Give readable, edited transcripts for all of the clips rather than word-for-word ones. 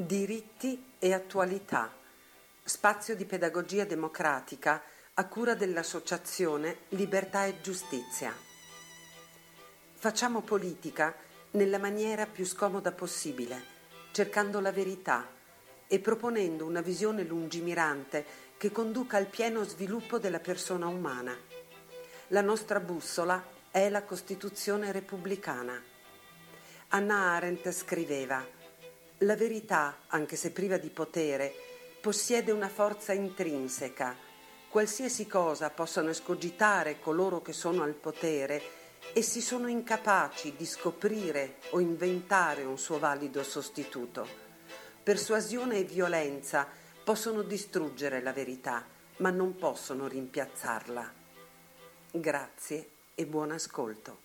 Diritti e attualità. Spazio di pedagogia democratica a cura dell'associazione Libertà e Giustizia. Facciamo politica nella maniera più scomoda possibile, cercando la verità e proponendo una visione lungimirante che conduca al pieno sviluppo della persona umana. La nostra bussola è la Costituzione repubblicana. Hannah Arendt scriveva: la verità, anche se priva di potere, possiede una forza intrinseca. Qualsiasi cosa possano escogitare coloro che sono al potere, essi sono incapaci di scoprire o inventare un suo valido sostituto. Persuasione e violenza possono distruggere la verità, ma non possono rimpiazzarla. Grazie e buon ascolto.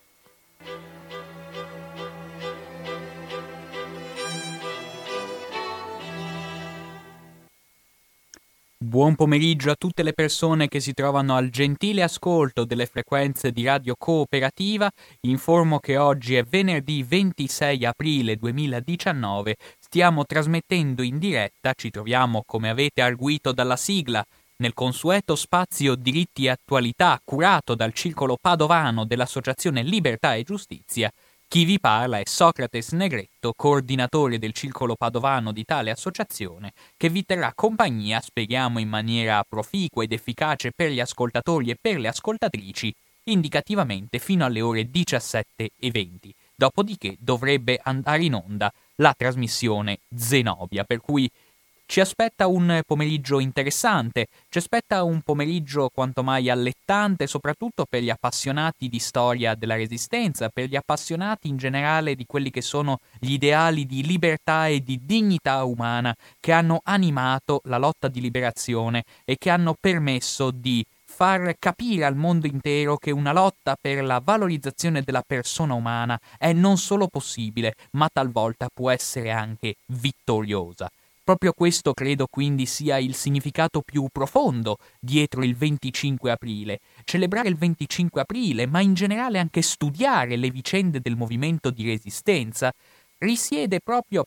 Buon pomeriggio a tutte le persone che si trovano al gentile ascolto delle frequenze di Radio Cooperativa. Informo che oggi è venerdì 26 aprile 2019. Stiamo trasmettendo in diretta, ci troviamo, come avete arguito dalla sigla, nel consueto spazio Diritti e Attualità curato dal Circolo Padovano dell'Associazione Libertà e Giustizia. Chi vi parla è Socrates Negretto, coordinatore del Circolo Padovano di tale associazione, che vi terrà compagnia, speriamo in maniera proficua ed efficace per gli ascoltatori e per le ascoltatrici, indicativamente fino alle ore 17:20. Dopodiché dovrebbe andare in onda la trasmissione Zenobia, per cui ci aspetta un pomeriggio interessante, ci aspetta un pomeriggio quanto mai allettante, soprattutto per gli appassionati di storia della Resistenza, per gli appassionati in generale di quelli che sono gli ideali di libertà e di dignità umana che hanno animato la lotta di liberazione e che hanno permesso di far capire al mondo intero che una lotta per la valorizzazione della persona umana è non solo possibile, ma talvolta può essere anche vittoriosa. Proprio questo credo quindi sia il significato più profondo dietro il 25 aprile. Celebrare il 25 aprile, ma in generale anche studiare le vicende del movimento di resistenza, risiede proprio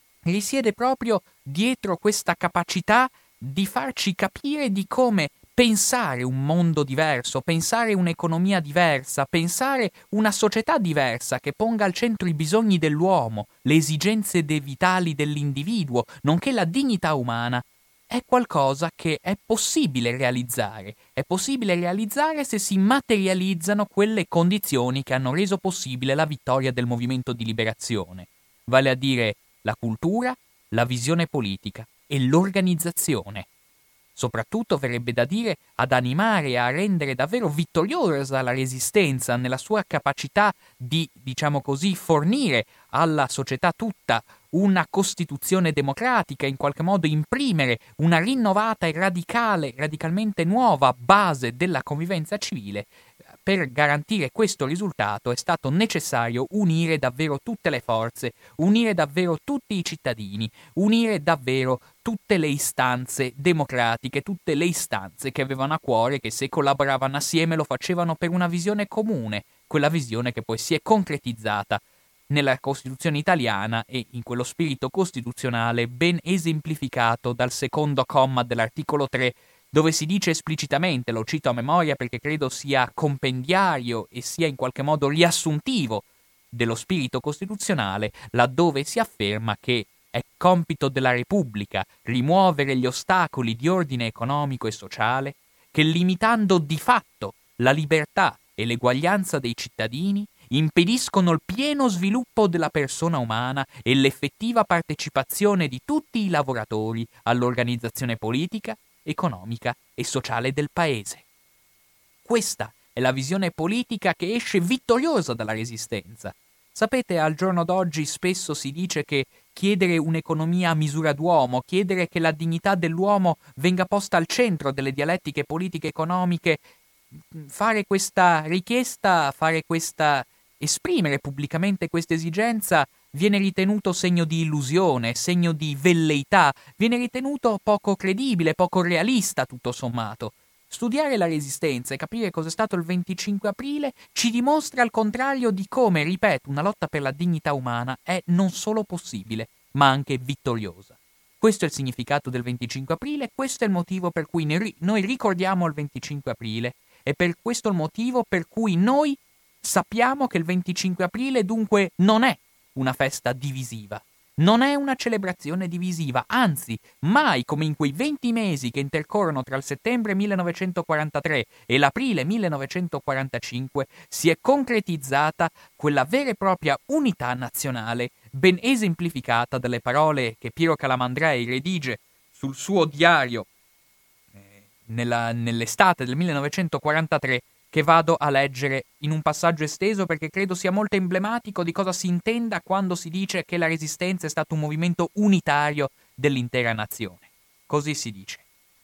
dietro questa capacità di farci capire di come pensare un mondo diverso, pensare un'economia diversa, pensare una società diversa che ponga al centro i bisogni dell'uomo, le esigenze vitali dell'individuo, nonché la dignità umana, è qualcosa che è possibile realizzare. È possibile realizzare se si materializzano quelle condizioni che hanno reso possibile la vittoria del movimento di liberazione, vale a dire la cultura, la visione politica e l'organizzazione. Soprattutto verrebbe da dire ad animare e a rendere davvero vittoriosa la resistenza nella sua capacità di, diciamo così, fornire alla società tutta una costituzione democratica, in qualche modo imprimere una rinnovata e radicalmente nuova base della convivenza civile. Per garantire questo risultato è stato necessario unire davvero tutte le forze, unire davvero tutti i cittadini, unire davvero tutte le istanze democratiche, tutte le istanze che avevano a cuore, che se collaboravano assieme lo facevano per una visione comune, quella visione che poi si è concretizzata nella Costituzione italiana e in quello spirito costituzionale ben esemplificato dal secondo comma dell'articolo 3, dove si dice esplicitamente, lo cito a memoria perché credo sia compendiario e sia in qualche modo riassuntivo dello spirito costituzionale, laddove si afferma che è compito della Repubblica rimuovere gli ostacoli di ordine economico e sociale che, limitando di fatto la libertà e l'eguaglianza dei cittadini, impediscono il pieno sviluppo della persona umana e l'effettiva partecipazione di tutti i lavoratori all'organizzazione politica, economica e sociale del Paese. Questa è la visione politica che esce vittoriosa dalla Resistenza. Sapete, al giorno d'oggi spesso si dice che chiedere un'economia a misura d'uomo, chiedere che la dignità dell'uomo venga posta al centro delle dialettiche politiche economiche, fare questa richiesta, esprimere pubblicamente questa esigenza viene ritenuto segno di illusione, segno di velleità, viene ritenuto poco credibile, poco realista tutto sommato. Studiare la Resistenza e capire cos'è stato il 25 aprile ci dimostra al contrario di come, ripeto, una lotta per la dignità umana è non solo possibile, ma anche vittoriosa. Questo è il significato del 25 aprile, questo è il motivo per cui noi ricordiamo il 25 aprile e per questo il motivo per cui noi sappiamo che il 25 aprile dunque non è una festa divisiva, non è una celebrazione divisiva, anzi, mai come in quei 20 mesi che intercorrono tra il settembre 1943 e l'aprile 1945 si è concretizzata quella vera e propria unità nazionale, ben esemplificata dalle parole che Piero Calamandrei redige sul suo diario nell'estate del 1943, che vado a leggere in un passaggio esteso perché credo sia molto emblematico di cosa si intenda quando si dice che la Resistenza è stato un movimento unitario dell'intera nazione. Così si dice.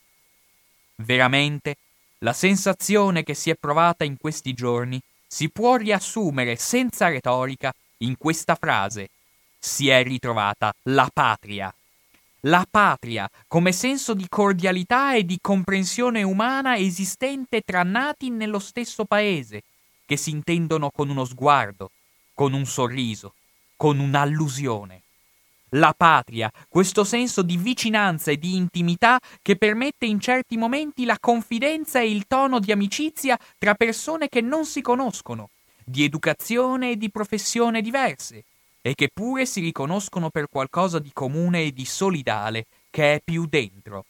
Veramente, la sensazione che si è provata in questi giorni si può riassumere senza retorica in questa frase: si è ritrovata la patria. La patria, come senso di cordialità e di comprensione umana esistente tra nati nello stesso paese, che si intendono con uno sguardo, con un sorriso, con un'allusione. La patria, questo senso di vicinanza e di intimità che permette in certi momenti la confidenza e il tono di amicizia tra persone che non si conoscono, di educazione e di professione diverse, e che pure si riconoscono per qualcosa di comune e di solidale che è più dentro.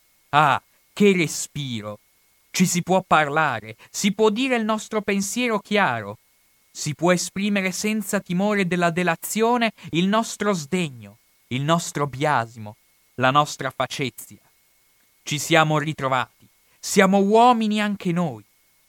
Ah, che respiro! Ci si può parlare, si può dire il nostro pensiero chiaro, si può esprimere senza timore della delazione il nostro sdegno, il nostro biasimo, la nostra facezia. Ci siamo ritrovati, siamo uomini anche noi.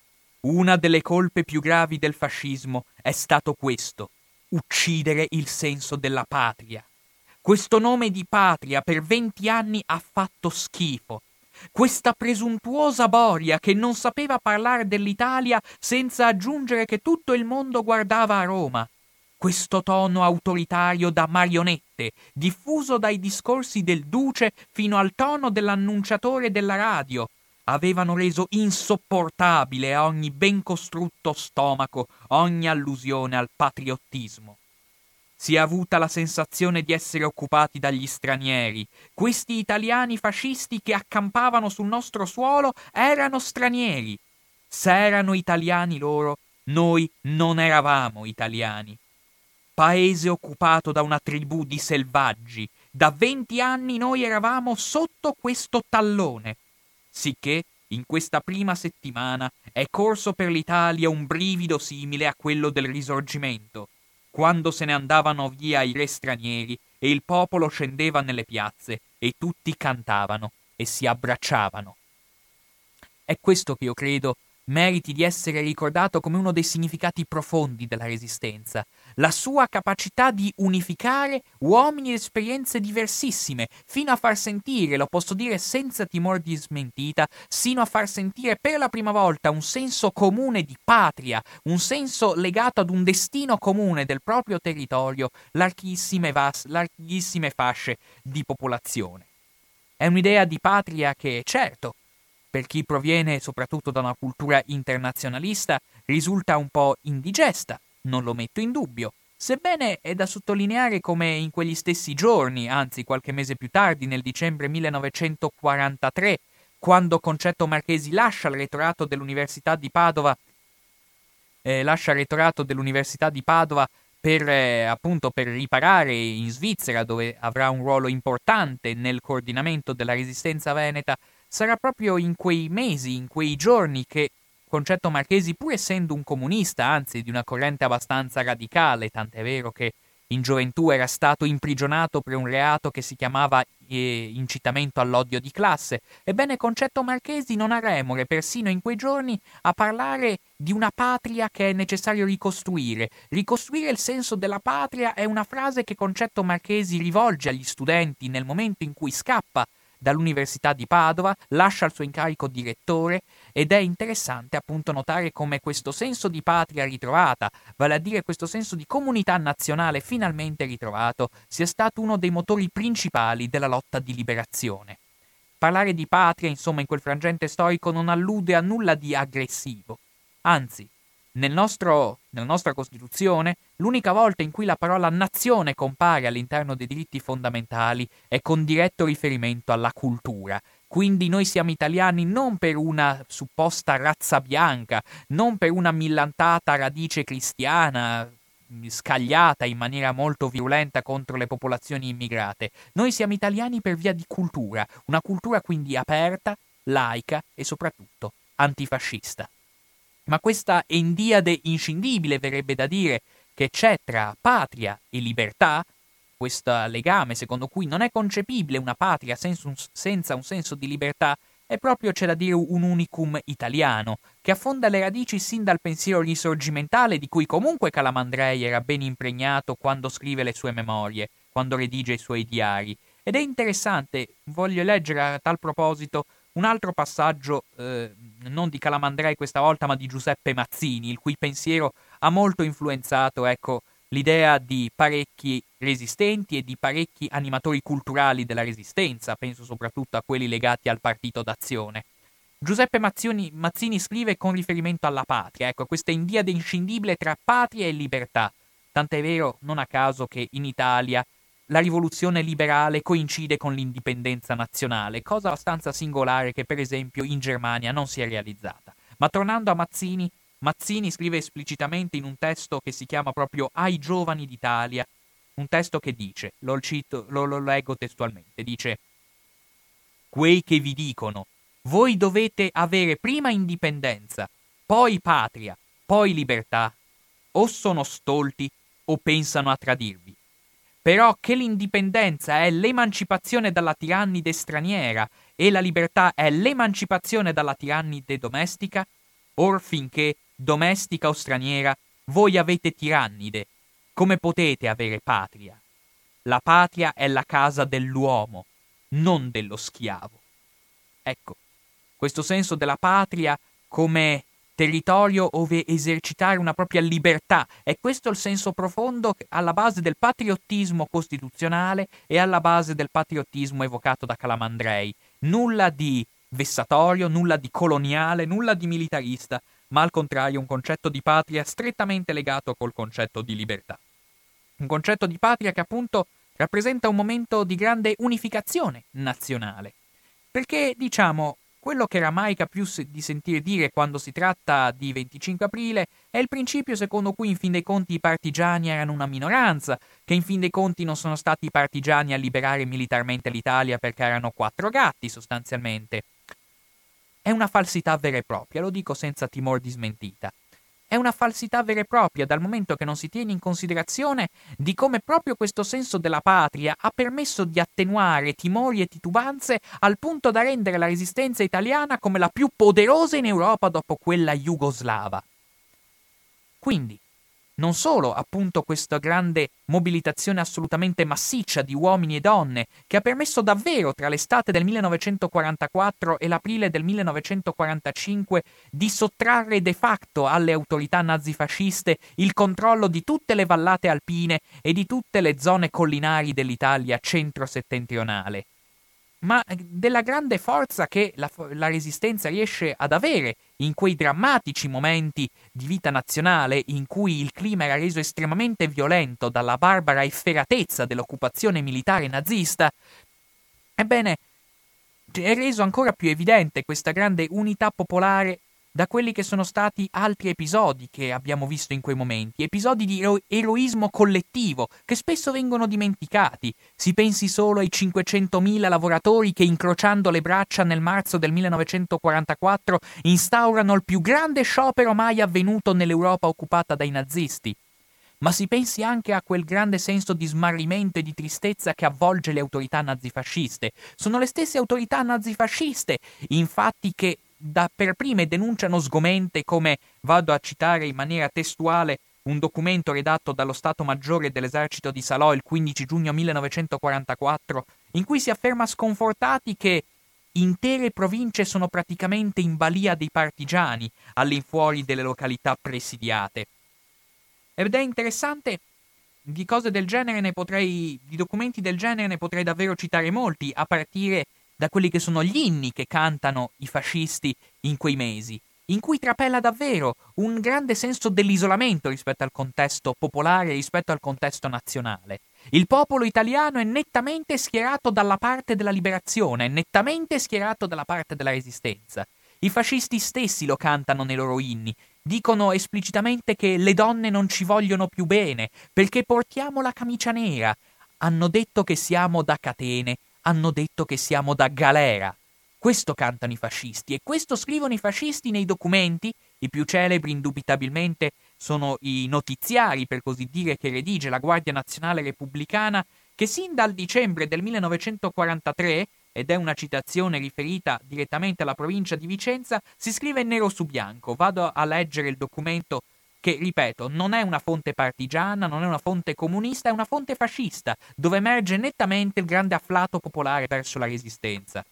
Una delle colpe più gravi del fascismo è stato questo: uccidere il senso della patria. Questo nome di patria per 20 anni ha fatto schifo. Questa presuntuosa boria che non sapeva parlare dell'Italia senza aggiungere che tutto il mondo guardava a Roma. Questo tono autoritario da marionette, diffuso dai discorsi del duce fino al tono dell'annunciatore della radio, avevano reso insopportabile a ogni ben costrutto stomaco ogni allusione al patriottismo. Si è avuta la sensazione di essere occupati dagli stranieri. Questi italiani fascisti che accampavano sul nostro suolo erano stranieri. Se erano italiani loro, noi non eravamo italiani. Paese occupato da una tribù di selvaggi. Da 20 anni noi eravamo sotto questo tallone. Sicché in questa prima settimana è corso per l'Italia un brivido simile a quello del Risorgimento, quando se ne andavano via i re stranieri e il popolo scendeva nelle piazze e tutti cantavano e si abbracciavano. È questo che io credo meriti di essere ricordato come uno dei significati profondi della Resistenza, la sua capacità di unificare uomini ed esperienze diversissime, fino a far sentire, lo posso dire senza timore di smentita, sino a far sentire per la prima volta un senso comune di patria, un senso legato ad un destino comune del proprio territorio, larghissime fasce di popolazione. È un'idea di patria che, certo, per chi proviene soprattutto da una cultura internazionalista, risulta un po' indigesta, non lo metto in dubbio, sebbene è da sottolineare come in quegli stessi giorni, anzi qualche mese più tardi, nel dicembre 1943, quando Concetto Marchesi lascia il rettorato dell'Università di Padova, per riparare in Svizzera, dove avrà un ruolo importante nel coordinamento della resistenza veneta, sarà proprio in quei mesi, in quei giorni che Concetto Marchesi, pur essendo un comunista, anzi di una corrente abbastanza radicale, tant'è vero che in gioventù era stato imprigionato per un reato che si chiamava incitamento all'odio di classe, ebbene Concetto Marchesi non ha remore, persino in quei giorni, a parlare di una patria che è necessario ricostruire. Ricostruire il senso della patria è una frase che Concetto Marchesi rivolge agli studenti nel momento in cui scappa dall'Università di Padova, lascia il suo incarico di rettore, ed è interessante appunto notare come questo senso di patria ritrovata, vale a dire questo senso di comunità nazionale finalmente ritrovato, sia stato uno dei motori principali della lotta di liberazione. Parlare di patria, insomma, in quel frangente storico non allude a nulla di aggressivo. Anzi, nella nostra Costituzione, l'unica volta in cui la parola nazione compare all'interno dei diritti fondamentali è con diretto riferimento alla cultura. Quindi noi siamo italiani non per una supposta razza bianca, non per una millantata radice cristiana scagliata in maniera molto virulenta contro le popolazioni immigrate. Noi siamo italiani per via di cultura, una cultura quindi aperta, laica e soprattutto antifascista. Ma questa endiade inscindibile, verrebbe da dire, che c'è tra patria e libertà, questo legame secondo cui non è concepibile una patria senza un senso di libertà, è proprio, c'è da dire, un unicum italiano, che affonda le radici sin dal pensiero risorgimentale di cui comunque Calamandrei era ben impregnato quando scrive le sue memorie, quando redige i suoi diari. Ed è interessante, voglio leggere a tal proposito un altro passaggio, non di Calamandrei questa volta, ma di Giuseppe Mazzini, il cui pensiero ha molto influenzato, ecco, l'idea di parecchi resistenti e di parecchi animatori culturali della resistenza, penso soprattutto a quelli legati al Partito d'Azione. Giuseppe Mazzini scrive con riferimento alla patria, ecco, questa indiade inscindibile tra patria e libertà. Tant'è vero, non a caso, che in Italia la rivoluzione liberale coincide con l'indipendenza nazionale, cosa abbastanza singolare che per esempio in Germania non si è realizzata. Ma tornando a Mazzini, Mazzini scrive esplicitamente in un testo che si chiama proprio Ai giovani d'Italia, un testo che dice, lo leggo testualmente, dice: quei che vi dicono, voi dovete avere prima indipendenza, poi patria, poi libertà, o sono stolti o pensano a tradirvi. Però che l'indipendenza è l'emancipazione dalla tirannide straniera e la libertà è l'emancipazione dalla tirannide domestica, or finché, domestica o straniera, voi avete tirannide, come potete avere patria? La patria è la casa dell'uomo, non dello schiavo. Ecco, questo senso della patria come territorio ove esercitare una propria libertà. È questo il senso profondo alla base del patriottismo costituzionale e alla base del patriottismo evocato da Calamandrei. Nulla di vessatorio, nulla di coloniale, nulla di militarista, ma al contrario un concetto di patria strettamente legato col concetto di libertà. Un concetto di patria che appunto rappresenta un momento di grande unificazione nazionale. Perché, diciamo, quello che ramaica più di sentire dire quando si tratta di 25 aprile è il principio secondo cui in fin dei conti i partigiani erano una minoranza, che in fin dei conti non sono stati i partigiani a liberare militarmente l'Italia perché erano 4 gatti sostanzialmente. È una falsità vera e propria, lo dico senza timore di smentita. È una falsità vera e propria dal momento che non si tiene in considerazione di come proprio questo senso della patria ha permesso di attenuare timori e titubanze al punto da rendere la resistenza italiana come la più poderosa in Europa dopo quella jugoslava. Quindi, non solo appunto questa grande mobilitazione assolutamente massiccia di uomini e donne che ha permesso davvero tra l'estate del 1944 e l'aprile del 1945 di sottrarre de facto alle autorità nazifasciste il controllo di tutte le vallate alpine e di tutte le zone collinari dell'Italia centro-settentrionale, ma della grande forza che la resistenza riesce ad avere in quei drammatici momenti di vita nazionale in cui il clima era reso estremamente violento dalla barbara efferatezza dell'occupazione militare nazista. Ebbene, è reso ancora più evidente questa grande unità popolare da quelli che sono stati altri episodi che abbiamo visto in quei momenti, episodi di eroismo collettivo che spesso vengono dimenticati. Si pensi solo ai 500.000 lavoratori che, incrociando le braccia nel marzo del 1944, instaurano il più grande sciopero mai avvenuto nell'Europa occupata dai nazisti. Ma si pensi anche a quel grande senso di smarrimento e di tristezza che avvolge le autorità nazifasciste. Sono le stesse autorità nazifasciste, infatti, che per prime denunciano sgomente, come vado a citare in maniera testuale un documento redatto dallo Stato Maggiore dell'Esercito di Salò il 15 giugno 1944, in cui si afferma sconfortati che intere province sono praticamente in balia dei partigiani all'infuori delle località presidiate. Ed è interessante, di cose del genere di documenti del genere ne potrei davvero citare molti, a partire da quelli che sono gli inni che cantano i fascisti in quei mesi. in cui trapela davvero un grande senso dell'isolamento rispetto al contesto popolare, rispetto al contesto nazionale. Il popolo italiano è nettamente schierato dalla parte della liberazione, è nettamente schierato dalla parte della resistenza. I fascisti stessi lo cantano nei loro inni, dicono esplicitamente che le donne non ci vogliono più bene, perché portiamo la camicia nera. Hanno detto che siamo da catene, hanno detto che siamo da galera. Questo cantano i fascisti e questo scrivono i fascisti nei documenti. I più celebri indubitabilmente sono i notiziari, per così dire, che redige la Guardia Nazionale Repubblicana, che sin dal dicembre del 1943, ed è una citazione riferita direttamente alla provincia di Vicenza, si scrive nero su bianco. Vado a leggere il documento che, ripeto, non è una fonte partigiana, non è una fonte comunista, è una fonte fascista, dove emerge nettamente il grande afflato popolare verso la resistenza.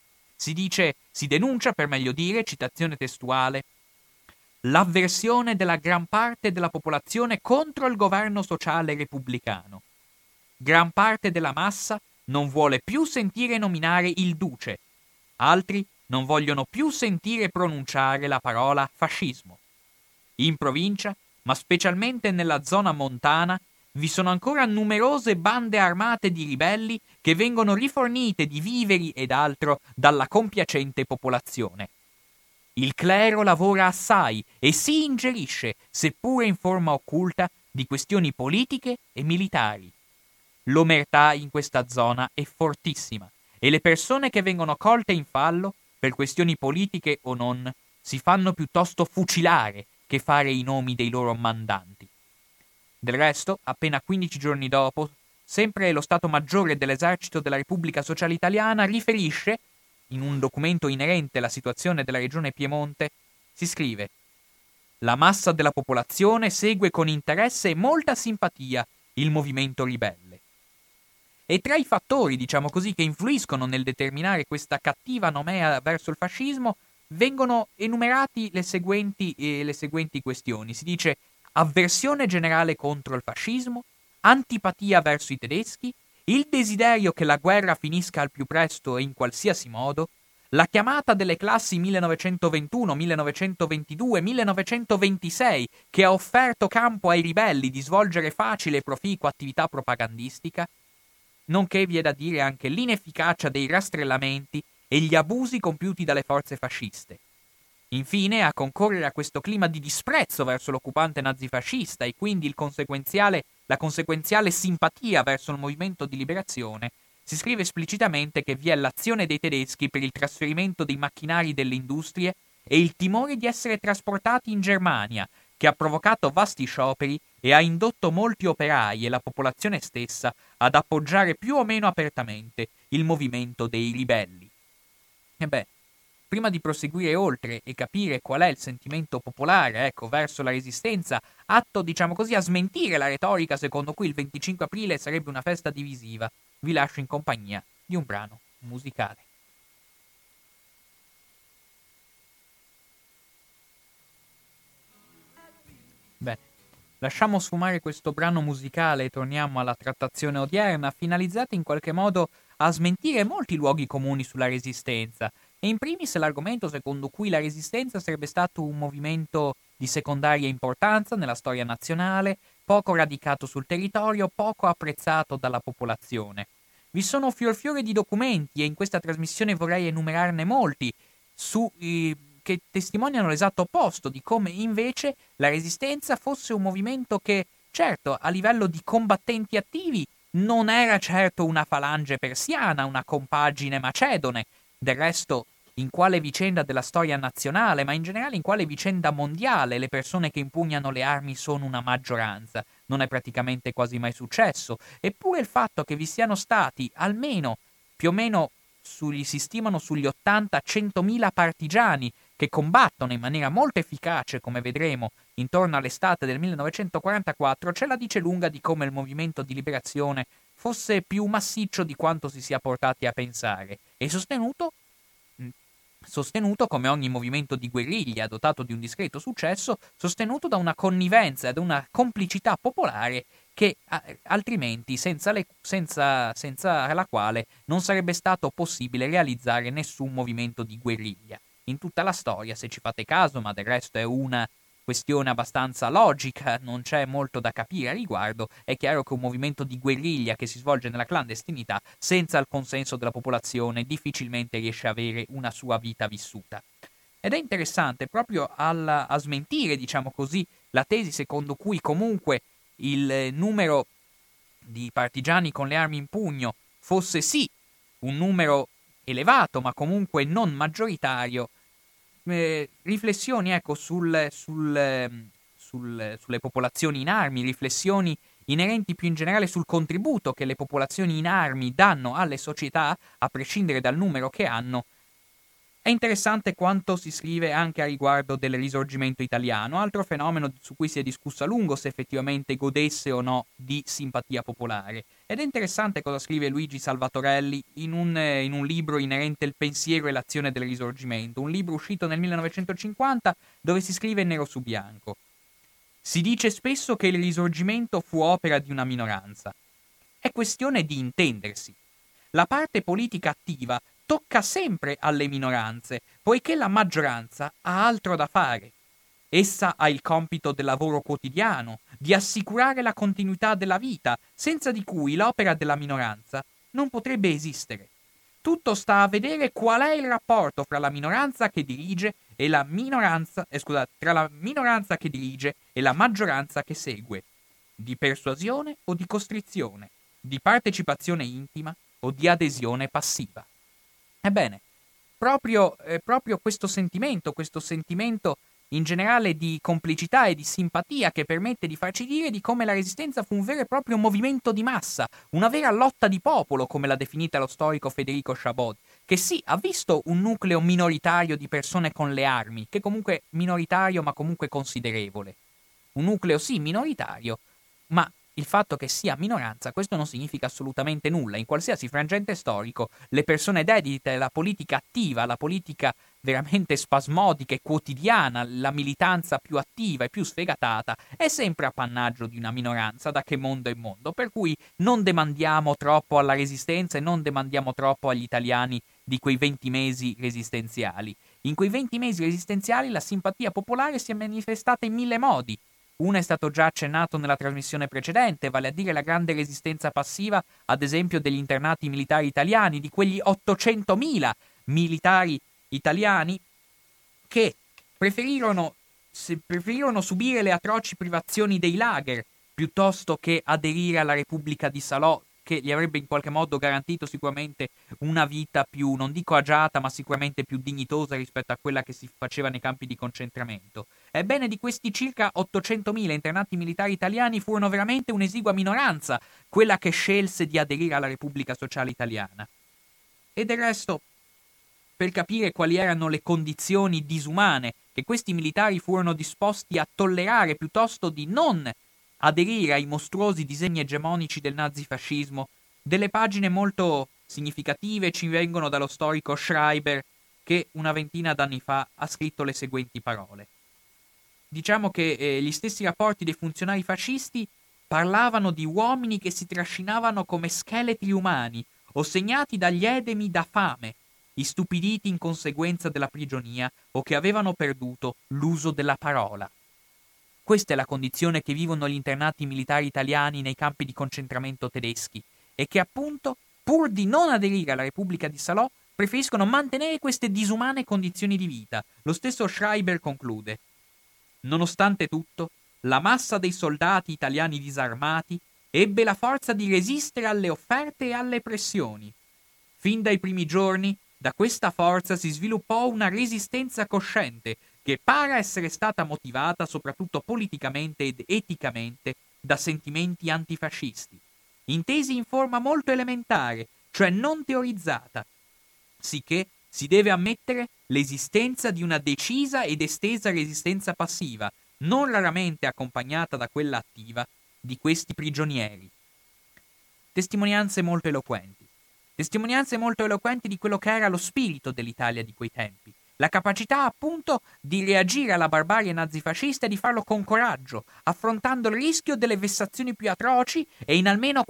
Si denuncia, per meglio dire, citazione testuale, l'avversione della gran parte della popolazione contro il governo sociale repubblicano. Gran parte della massa non vuole più sentire nominare il duce. Altri non vogliono più sentire pronunciare la parola fascismo. In provincia, ma specialmente nella zona montana, vi sono ancora numerose bande armate di ribelli che vengono rifornite di viveri ed altro dalla compiacente popolazione. Il clero lavora assai e si ingerisce, seppure in forma occulta, di questioni politiche e militari. L'omertà in questa zona è fortissima e le persone che vengono colte in fallo, per questioni politiche o non, si fanno piuttosto fucilare che fare i nomi dei loro mandanti. Del resto, appena 15 giorni dopo, sempre lo Stato Maggiore dell'Esercito della Repubblica Sociale Italiana riferisce, in un documento inerente alla situazione della regione Piemonte, si scrive: la massa della popolazione segue con interesse e molta simpatia il movimento ribelle. E tra i fattori, diciamo così, che influiscono nel determinare questa cattiva nomea verso il fascismo, vengono enumerati le seguenti questioni. Si dice avversione generale contro il fascismo, antipatia verso i tedeschi, il desiderio che la guerra finisca al più presto e in qualsiasi modo, la chiamata delle classi 1921, 1922, 1926 che ha offerto campo ai ribelli di svolgere facile e proficua attività propagandistica, nonché vi è da dire anche l'inefficacia dei rastrellamenti e gli abusi compiuti dalle forze fasciste. Infine, a concorrere a questo clima di disprezzo verso l'occupante nazifascista e quindi la conseguenziale simpatia verso il movimento di liberazione, si scrive esplicitamente che vi è l'azione dei tedeschi per il trasferimento dei macchinari delle industrie e il timore di essere trasportati in Germania, che ha provocato vasti scioperi e ha indotto molti operai e la popolazione stessa ad appoggiare più o meno apertamente il movimento dei ribelli. Prima di proseguire oltre e capire qual è il sentimento popolare, verso la resistenza, atto, diciamo così, a smentire la retorica secondo cui il 25 aprile sarebbe una festa divisiva, vi lascio in compagnia di un brano musicale. Bene, lasciamo sfumare questo brano musicale e torniamo alla trattazione odierna, finalizzata in qualche modo a smentire molti luoghi comuni sulla resistenza, e in primis l'argomento secondo cui la resistenza sarebbe stato un movimento di secondaria importanza nella storia nazionale, poco radicato sul territorio, poco apprezzato dalla popolazione. Vi sono fior di documenti, e in questa trasmissione vorrei enumerarne molti, che testimoniano l'esatto opposto di come invece la resistenza fosse un movimento che, certo, a livello di combattenti attivi, non era certo una falange persiana, una compagine macedone. Del resto, in quale vicenda della storia nazionale, ma in generale in quale vicenda mondiale, le persone che impugnano le armi sono una maggioranza? Non è praticamente quasi mai successo. Eppure il fatto che vi siano stati almeno, più o meno, si stimano sugli 80-100.000 partigiani che combattono in maniera molto efficace, come vedremo, intorno all'estate del 1944, ce la dice lunga di come il movimento di liberazione fosse più massiccio di quanto si sia portati a pensare, e sostenuto come ogni movimento di guerriglia dotato di un discreto successo, sostenuto da una connivenza e da una complicità popolare che altrimenti senza la quale non sarebbe stato possibile realizzare nessun movimento di guerriglia. in tutta la storia, se ci fate caso, ma del resto è una questione abbastanza logica, non c'è molto da capire a riguardo. È chiaro che un movimento di guerriglia che si svolge nella clandestinità, senza il consenso della popolazione, difficilmente riesce a avere una sua vita vissuta. Ed è interessante proprio a smentire, diciamo così, la tesi secondo cui comunque il numero di partigiani con le armi in pugno fosse sì un numero elevato, ma comunque non maggioritario. Riflessioni, ecco, sulle popolazioni in armi, riflessioni inerenti più in generale sul contributo che le popolazioni in armi danno alle società, a prescindere dal numero che hanno. È interessante quanto si scrive anche a riguardo del Risorgimento italiano, altro fenomeno su cui si è discusso a lungo se effettivamente godesse o no di simpatia popolare. Ed è interessante cosa scrive Luigi Salvatorelli in un libro inerente il pensiero e l'azione del Risorgimento, un libro uscito nel 1950 dove si scrive nero su bianco. Si dice spesso che il Risorgimento fu opera di una minoranza. È questione di intendersi. La parte politica attiva tocca sempre alle minoranze, poiché la maggioranza ha altro da fare. Essa ha il compito del lavoro quotidiano, di assicurare la continuità della vita, senza di cui l'opera della minoranza non potrebbe esistere. Tutto sta a vedere qual è il rapporto fra la minoranza che dirige e la minoranza, tra la minoranza che dirige e la maggioranza che segue, di persuasione o di costrizione, di partecipazione intima o di adesione passiva. Ebbene, proprio questo sentimento in generale di complicità e di simpatia che permette di farci dire di come la Resistenza fu un vero e proprio movimento di massa, una vera lotta di popolo, come l'ha definita lo storico Federico Chabod, che sì, ha visto un nucleo minoritario di persone con le armi, che comunque minoritario ma comunque considerevole. Un nucleo sì minoritario, ma il fatto che sia minoranza, questo non significa assolutamente nulla. In qualsiasi frangente storico, le persone dedite alla politica attiva, alla politica veramente spasmodica e quotidiana, la militanza più attiva e più sfegatata, è sempre appannaggio di una minoranza, da che mondo è mondo. Per cui non demandiamo troppo alla Resistenza e non demandiamo troppo agli italiani di quei 20 mesi resistenziali. In quei 20 mesi resistenziali la simpatia popolare si è manifestata in 1000 modi. Uno è stato già accennato nella trasmissione precedente, vale a dire la grande resistenza passiva, ad esempio degli internati militari italiani, di quegli 800.000 militari italiani che preferirono subire le atroci privazioni dei lager piuttosto che aderire alla Repubblica di Salò, che gli avrebbe in qualche modo garantito sicuramente una vita più, non dico agiata, ma sicuramente più dignitosa rispetto a quella che si faceva nei campi di concentramento. Ebbene, di questi circa 800.000 internati militari italiani furono veramente un'esigua minoranza quella che scelse di aderire alla Repubblica Sociale Italiana. E del resto, per capire quali erano le condizioni disumane che questi militari furono disposti a tollerare piuttosto di non aderire ai mostruosi disegni egemonici del nazifascismo, delle pagine molto significative ci vengono dallo storico Schreiber, che una ventina d'anni fa ha scritto le seguenti parole. Diciamo che gli stessi rapporti dei funzionari fascisti parlavano di uomini che si trascinavano come scheletri umani o segnati dagli edemi da fame, istupiditi in conseguenza della prigionia o che avevano perduto l'uso della parola. Questa è la condizione che vivono gli internati militari italiani nei campi di concentramento tedeschi e che appunto, pur di non aderire alla Repubblica di Salò, preferiscono mantenere queste disumane condizioni di vita. Lo stesso Schreiber conclude: nonostante tutto, la massa dei soldati italiani disarmati ebbe la forza di resistere alle offerte e alle pressioni. Fin dai primi giorni, da questa forza si sviluppò una resistenza cosciente che pare essere stata motivata soprattutto politicamente ed eticamente da sentimenti antifascisti, intesi in forma molto elementare, cioè non teorizzata, sicché si deve ammettere l'esistenza di una decisa ed estesa resistenza passiva, non raramente accompagnata da quella attiva, di questi prigionieri. Testimonianze molto eloquenti di quello che era lo spirito dell'Italia di quei tempi, la capacità appunto di reagire alla barbarie nazifascista e di farlo con coraggio, affrontando il rischio delle vessazioni più atroci e in almeno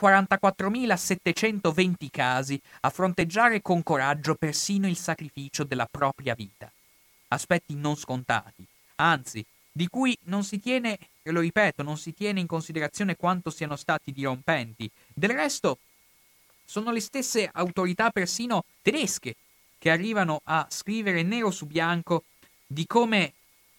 44.720 casi a fronteggiare con coraggio persino il sacrificio della propria vita. aspetti non scontati, anzi, di cui non si tiene, e lo ripeto, non si tiene in considerazione quanto siano stati dirompenti. Del resto, sono le stesse autorità persino tedesche che arrivano a scrivere nero su bianco di come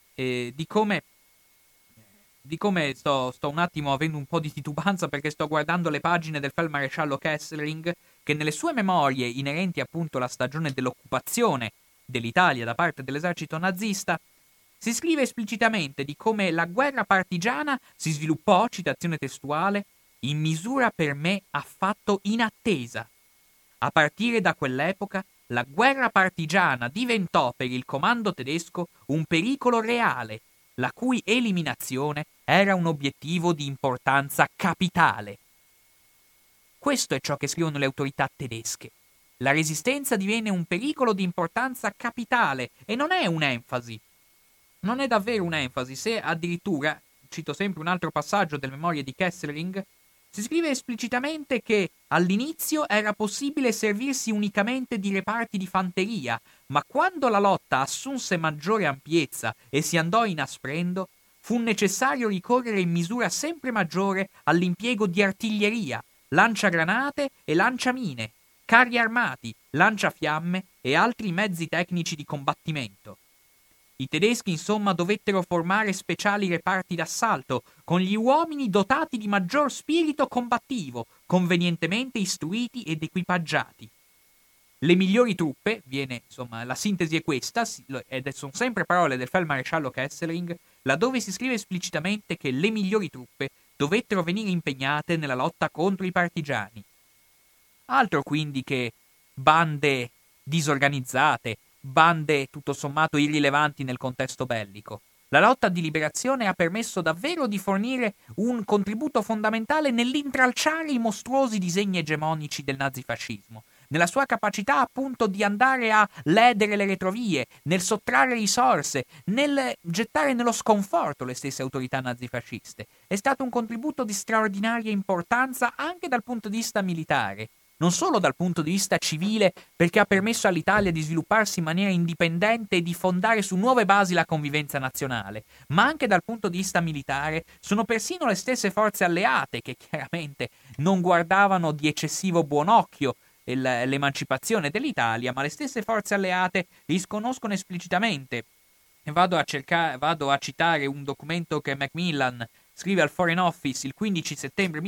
sto un attimo avendo un po' di titubanza perché sto guardando le pagine del feldmaresciallo Kesselring, che nelle sue memorie inerenti appunto alla stagione dell'occupazione dell'Italia da parte dell'esercito nazista, si scrive esplicitamente di come la guerra partigiana si sviluppò, citazione testuale, in misura per me affatto inattesa. A partire da quell'epoca, la guerra partigiana diventò per il comando tedesco un pericolo reale, la cui eliminazione era un obiettivo di importanza capitale. Questo è ciò che scrivono le autorità tedesche. La resistenza diviene un pericolo di importanza capitale e non è un'enfasi. Non è davvero un'enfasi, se addirittura, cito sempre un altro passaggio delle memorie di Kesselring, si scrive esplicitamente che all'inizio era possibile servirsi unicamente di reparti di fanteria, ma quando la lotta assunse maggiore ampiezza e si andò inasprendo, fu necessario ricorrere in misura sempre maggiore all'impiego di artiglieria, lanciagranate e lanciamine, carri armati, lanciafiamme e altri mezzi tecnici di combattimento. I tedeschi, insomma, dovettero formare speciali reparti d'assalto, con gli uomini dotati di maggior spirito combattivo, convenientemente istruiti ed equipaggiati. Le migliori truppe, la sintesi è questa, ed sono sempre parole del feldmaresciallo Kesselring, laddove si scrive esplicitamente che le migliori truppe dovettero venire impegnate nella lotta contro i partigiani. Altro quindi che bande disorganizzate, bande tutto sommato irrilevanti nel contesto bellico. La lotta di liberazione ha permesso davvero di fornire un contributo fondamentale nell'intralciare i mostruosi disegni egemonici del nazifascismo, nella sua capacità appunto di andare a ledere le retrovie, nel sottrarre risorse, nel gettare nello sconforto le stesse autorità nazifasciste. È stato un contributo di straordinaria importanza anche dal punto di vista militare. Non solo dal punto di vista civile, perché ha permesso all'Italia di svilupparsi in maniera indipendente e di fondare su nuove basi la convivenza nazionale, ma anche dal punto di vista militare. Sono persino le stesse forze alleate che chiaramente non guardavano di eccessivo buon occhio l'emancipazione dell'Italia, ma le stesse forze alleate riconoscono esplicitamente. Vado a citare un documento che Macmillan scrive al Foreign Office il 15 settembre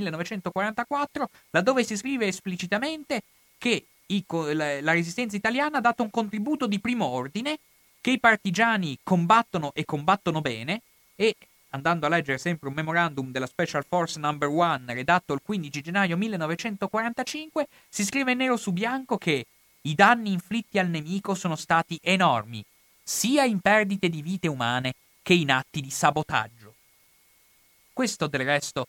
1944, laddove si scrive esplicitamente che la resistenza italiana ha dato un contributo di primo ordine, che i partigiani combattono e combattono bene, e andando a leggere sempre un memorandum della Special Force No. 1 redatto il 15 gennaio 1945, si scrive nero su bianco che i danni inflitti al nemico sono stati enormi, sia in perdite di vite umane che in atti di sabotaggio. Questo del resto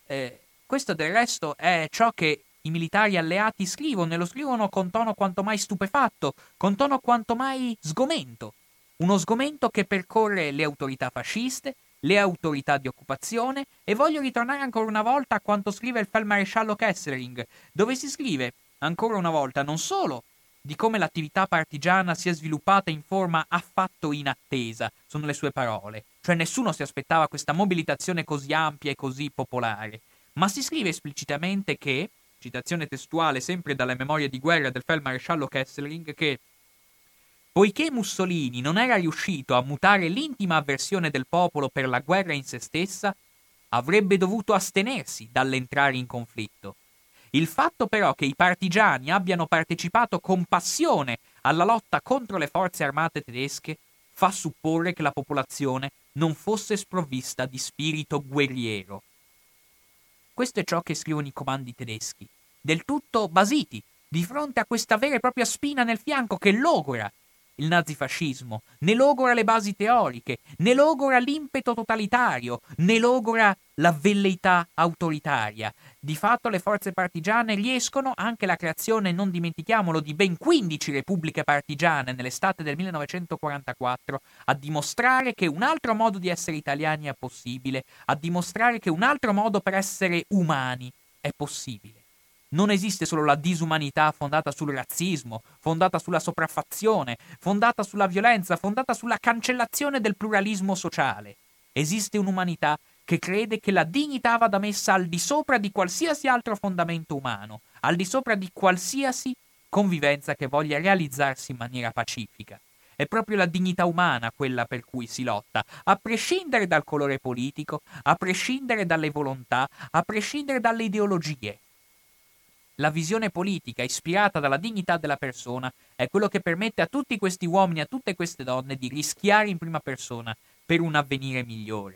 è ciò che i militari alleati scrivono, e lo scrivono con tono quanto mai stupefatto, con tono quanto mai sgomento. Uno sgomento che percorre le autorità fasciste, le autorità di occupazione, e voglio ritornare ancora una volta a quanto scrive il feldmaresciallo Kesselring, dove si scrive, ancora una volta, non solo di come l'attività partigiana si è sviluppata in forma affatto inattesa, sono le sue parole, cioè nessuno si aspettava questa mobilitazione così ampia e così popolare, ma si scrive esplicitamente che, citazione testuale sempre dalle memorie di guerra del feldmaresciallo Kesselring, che poiché Mussolini non era riuscito a mutare l'intima avversione del popolo per la guerra in se stessa, avrebbe dovuto astenersi dall'entrare in conflitto. Il fatto però che i partigiani abbiano partecipato con passione alla lotta contro le forze armate tedesche fa supporre che la popolazione non fosse sprovvista di spirito guerriero. Questo è ciò che scrivono i comandi tedeschi, del tutto basiti di fronte a questa vera e propria spina nel fianco che logora il nazifascismo, ne logora le basi teoriche, ne logora l'impeto totalitario, ne logora la velleità autoritaria. Di fatto le forze partigiane riescono, anche la creazione, non dimentichiamolo, di ben 15 repubbliche partigiane nell'estate del 1944, a dimostrare che un altro modo di essere italiani è possibile, a dimostrare che un altro modo per essere umani è possibile. Non esiste solo la disumanità fondata sul razzismo, fondata sulla sopraffazione, fondata sulla violenza, fondata sulla cancellazione del pluralismo sociale. Esiste un'umanità che crede che la dignità vada messa al di sopra di qualsiasi altro fondamento umano, al di sopra di qualsiasi convivenza che voglia realizzarsi in maniera pacifica. È proprio la dignità umana quella per cui si lotta, a prescindere dal colore politico, a prescindere dalle volontà, a prescindere dalle ideologie. La visione politica ispirata dalla dignità della persona è quello che permette a tutti questi uomini, a tutte queste donne di rischiare in prima persona per un avvenire migliore.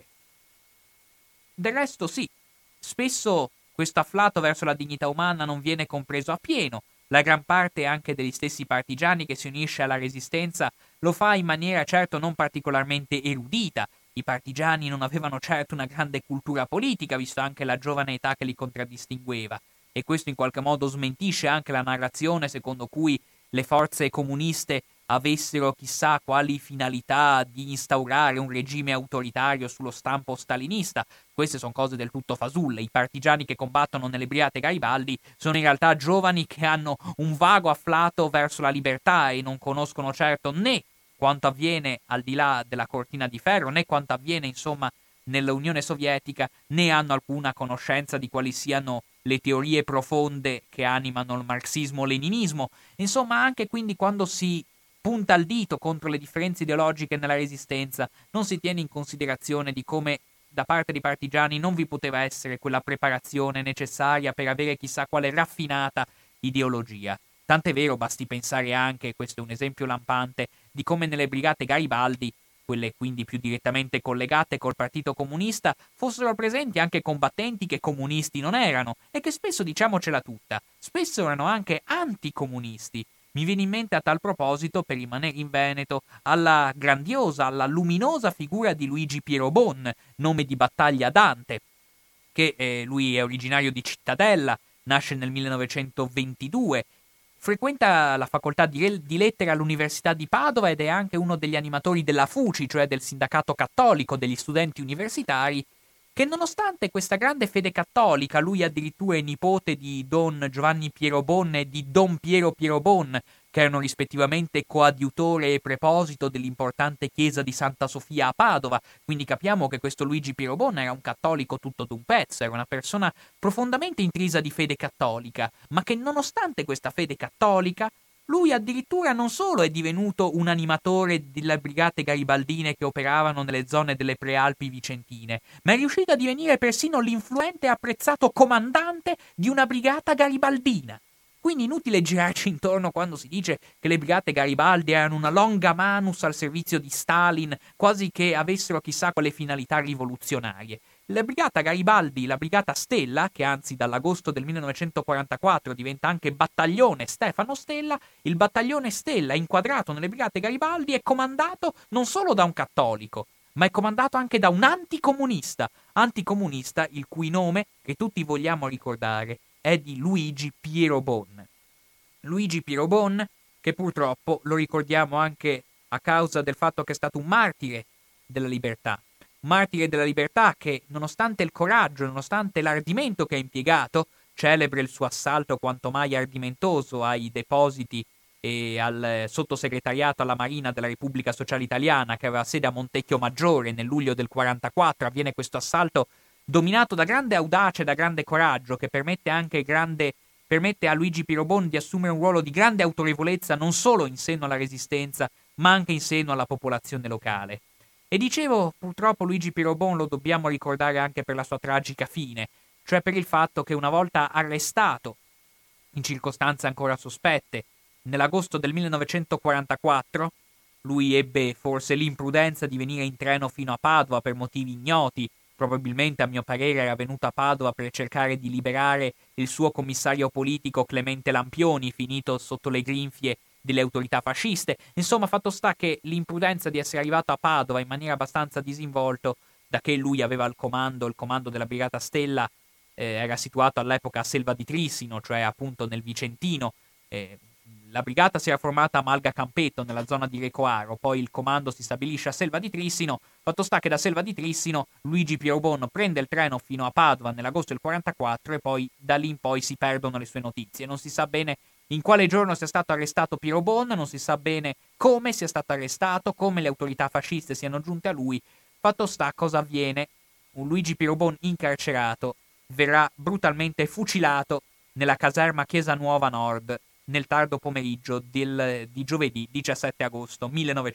Del resto sì, spesso questo afflato verso la dignità umana non viene compreso appieno. La gran parte anche degli stessi partigiani che si unisce alla resistenza lo fa in maniera certo non particolarmente erudita. I partigiani non avevano certo una grande cultura politica, visto anche la giovane età che li contraddistingueva, e questo in qualche modo smentisce anche la narrazione secondo cui le forze comuniste avessero chissà quali finalità di instaurare un regime autoritario sullo stampo stalinista. Queste sono cose del tutto fasulle. I partigiani che combattono nelle Brigate Garibaldi sono in realtà giovani che hanno un vago afflato verso la libertà e non conoscono certo né quanto avviene al di là della cortina di ferro, né quanto avviene, insomma, nell'Unione Sovietica, né hanno alcuna conoscenza di quali siano le teorie profonde che animano il marxismo-leninismo. Insomma, anche quindi quando si punta il dito contro le differenze ideologiche nella resistenza, non si tiene in considerazione di come da parte dei partigiani non vi poteva essere quella preparazione necessaria per avere chissà quale raffinata ideologia. Tant'è vero, basti pensare anche, questo è un esempio lampante, di come nelle Brigate Garibaldi, quelle quindi più direttamente collegate col Partito Comunista, fossero presenti anche combattenti che comunisti non erano e che spesso, diciamocela tutta, spesso erano anche anticomunisti. Mi viene in mente a tal proposito, per rimanere in Veneto, alla grandiosa, alla luminosa figura di Luigi Piero Bon, nome di battaglia Dante, che lui è originario di Cittadella, nasce nel 1922, frequenta la facoltà di lettere all'Università di Padova ed è anche uno degli animatori della FUCI, cioè del sindacato cattolico degli studenti universitari, che nonostante questa grande fede cattolica, lui addirittura è nipote di Don Giovanni Piero Bon e di Don Piero Piero Bon, che erano rispettivamente coadiutore e preposito dell'importante chiesa di Santa Sofia a Padova, quindi capiamo che questo Luigi Piero Bon era un cattolico tutto d'un pezzo, era una persona profondamente intrisa di fede cattolica, ma che nonostante questa fede cattolica, lui addirittura non solo è divenuto un animatore delle brigate garibaldine che operavano nelle zone delle Prealpi vicentine, ma è riuscito a divenire persino l'influente e apprezzato comandante di una brigata garibaldina. Quindi inutile girarci intorno quando si dice che le brigate Garibaldi erano una longa manus al servizio di Stalin, quasi che avessero chissà quale finalità rivoluzionarie. La brigata Garibaldi, la brigata Stella, che anzi dall'agosto del 1944 diventa anche battaglione Stefano Stella, il battaglione Stella inquadrato nelle brigate Garibaldi è comandato non solo da un cattolico, ma è comandato anche da un anticomunista, il cui nome, che tutti vogliamo ricordare, è di Luigi Piero Bon. Luigi Piero Bon, che purtroppo lo ricordiamo anche a causa del fatto che è stato un martire della libertà. Martire della libertà che, nonostante il coraggio, nonostante l'ardimento che ha impiegato, celebre il suo assalto quanto mai ardimentoso ai depositi e al sottosegretariato alla Marina della Repubblica Sociale Italiana, che aveva sede a Montecchio Maggiore nel luglio del 44, avviene questo assalto dominato da grande audacia e da grande coraggio, che permette a Luigi Piero Bon di assumere un ruolo di grande autorevolezza non solo in seno alla resistenza, ma anche in seno alla popolazione locale. E dicevo, purtroppo Luigi Piero Bon lo dobbiamo ricordare anche per la sua tragica fine, cioè per il fatto che una volta arrestato, in circostanze ancora sospette, nell'agosto del 1944, lui ebbe forse l'imprudenza di venire in treno fino a Padova per motivi ignoti. Probabilmente, a mio parere, era venuto a Padova per cercare di liberare il suo commissario politico Clemente Lampioni, finito sotto le grinfie delle autorità fasciste. Insomma, fatto sta che l'imprudenza di essere arrivato a Padova in maniera abbastanza disinvolto, da che lui aveva il comando della Brigata Stella, era situato all'epoca a Selva di Trissino, cioè appunto nel Vicentino, la brigata si era formata a Malga Campeto, nella zona di Recoaro, poi il comando si stabilisce a Selva di Trissino. Fatto sta che da Selva di Trissino Luigi Pirobon prende il treno fino a Padova nell'agosto del 44 e poi da lì in poi si perdono le sue notizie. Non si sa bene in quale giorno sia stato arrestato Pirobon, non si sa bene come sia stato arrestato, come le autorità fasciste siano giunte a lui. Fatto sta cosa avviene: un Luigi Pirobon incarcerato verrà brutalmente fucilato nella caserma Chiesa Nuova Nord nel tardo pomeriggio di giovedì 17 agosto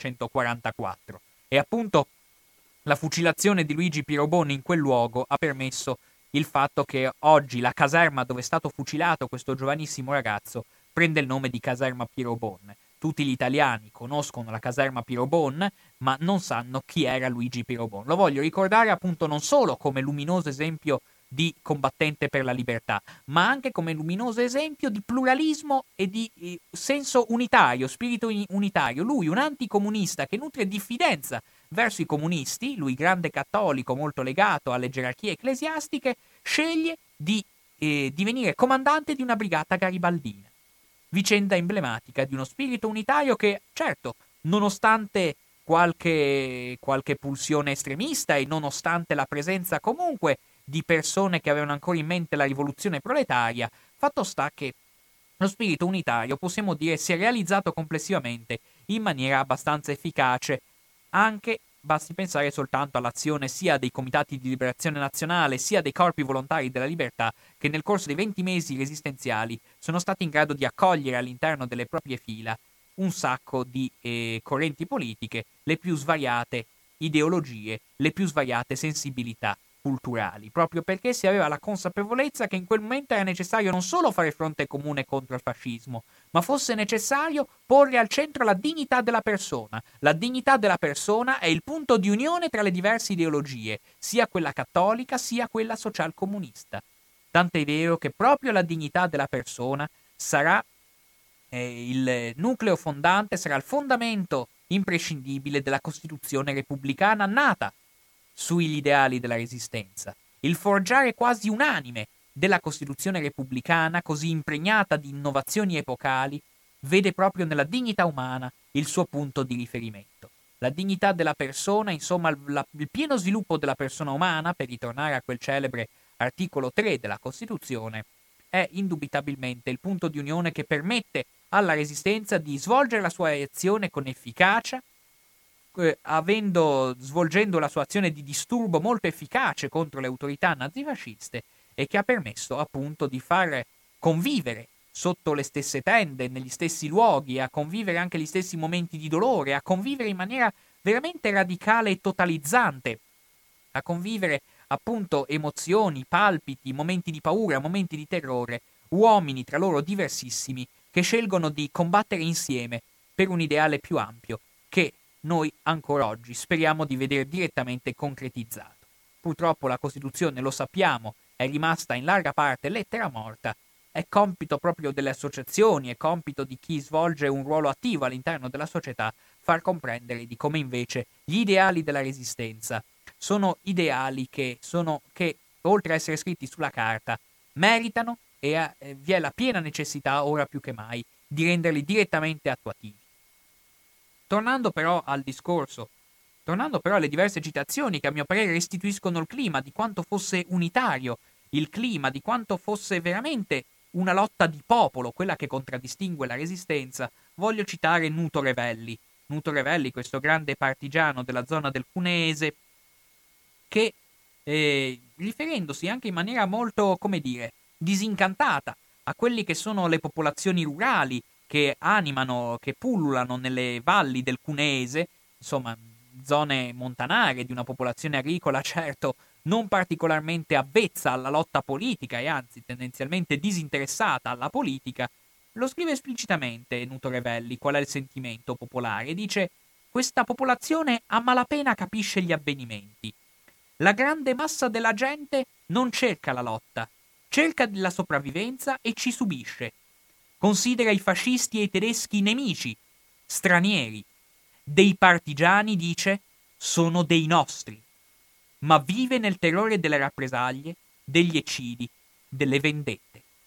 1944. E appunto la fucilazione di Luigi Pirobon in quel luogo ha permesso il fatto che oggi la caserma dove è stato fucilato questo giovanissimo ragazzo prende il nome di caserma Pirobon. Tutti gli italiani conoscono la caserma Pirobon, ma non sanno chi era Luigi Pirobon. Lo voglio ricordare appunto non solo come luminoso esempio di combattente per la libertà, ma anche come luminoso esempio di pluralismo e di senso unitario, spirito unitario. Lui, un anticomunista che nutre diffidenza verso i comunisti, lui grande cattolico molto legato alle gerarchie ecclesiastiche, sceglie di divenire comandante di una brigata garibaldina. Vicenda emblematica di uno spirito unitario che, certo, nonostante qualche pulsione estremista e nonostante la presenza comunque di persone che avevano ancora in mente la rivoluzione proletaria, fatto sta che lo spirito unitario, possiamo dire, si è realizzato complessivamente in maniera abbastanza efficace. Anche basti pensare soltanto all'azione sia dei comitati di liberazione nazionale sia dei corpi volontari della libertà, che nel corso dei 20 mesi resistenziali sono stati in grado di accogliere all'interno delle proprie fila un sacco di correnti politiche, le più svariate ideologie, le più svariate sensibilità culturali, proprio perché si aveva la consapevolezza che in quel momento era necessario non solo fare fronte comune contro il fascismo, ma fosse necessario porre al centro la dignità della persona. La dignità della persona è il punto di unione tra le diverse ideologie, sia quella cattolica sia quella socialcomunista. Tant'è vero che proprio la dignità della persona sarà il nucleo fondante, sarà il fondamento imprescindibile della Costituzione repubblicana nata sugli ideali della Resistenza. Il forgiare quasi unanime della Costituzione repubblicana, così impregnata di innovazioni epocali, vede proprio nella dignità umana il suo punto di riferimento. La dignità della persona, insomma il pieno sviluppo della persona umana, per ritornare a quel celebre articolo 3 della Costituzione, è indubitabilmente il punto di unione che permette alla Resistenza di svolgere la sua azione con efficacia, svolgendo la sua azione di disturbo molto efficace contro le autorità nazifasciste, e che ha permesso appunto di far convivere sotto le stesse tende, negli stessi luoghi, a convivere anche gli stessi momenti di dolore, a convivere in maniera veramente radicale e totalizzante, a convivere appunto emozioni, palpiti, momenti di paura, momenti di terrore, uomini tra loro diversissimi che scelgono di combattere insieme per un ideale più ampio che noi ancora oggi speriamo di vedere direttamente concretizzato. Purtroppo la Costituzione, lo sappiamo, è rimasta in larga parte lettera morta. È compito proprio delle associazioni, è compito di chi svolge un ruolo attivo all'interno della società far comprendere di come invece gli ideali della Resistenza sono ideali che oltre a essere scritti sulla carta, meritano e vi è la piena necessità, ora più che mai, di renderli direttamente attuativi. Tornando però alle diverse citazioni che a mio parere restituiscono il clima di quanto fosse unitario, il clima di quanto fosse veramente una lotta di popolo, quella che contraddistingue la Resistenza, voglio citare Nuto Revelli. Nuto Revelli, questo grande partigiano della zona del Cuneese, che riferendosi anche in maniera molto, come dire, disincantata a quelli che sono le popolazioni rurali che pullulano nelle valli del Cuneese, insomma, zone montanare di una popolazione agricola, certo, non particolarmente avvezza alla lotta politica e anzi tendenzialmente disinteressata alla politica, lo scrive esplicitamente Nuto Revelli qual è il sentimento popolare. Dice: questa popolazione a malapena capisce gli avvenimenti. La grande massa della gente non cerca la lotta, cerca la sopravvivenza e ci subisce. Considera i fascisti e i tedeschi nemici, stranieri. Dei partigiani, dice, sono dei nostri, ma vive nel terrore delle rappresaglie, degli eccidi, delle vendette.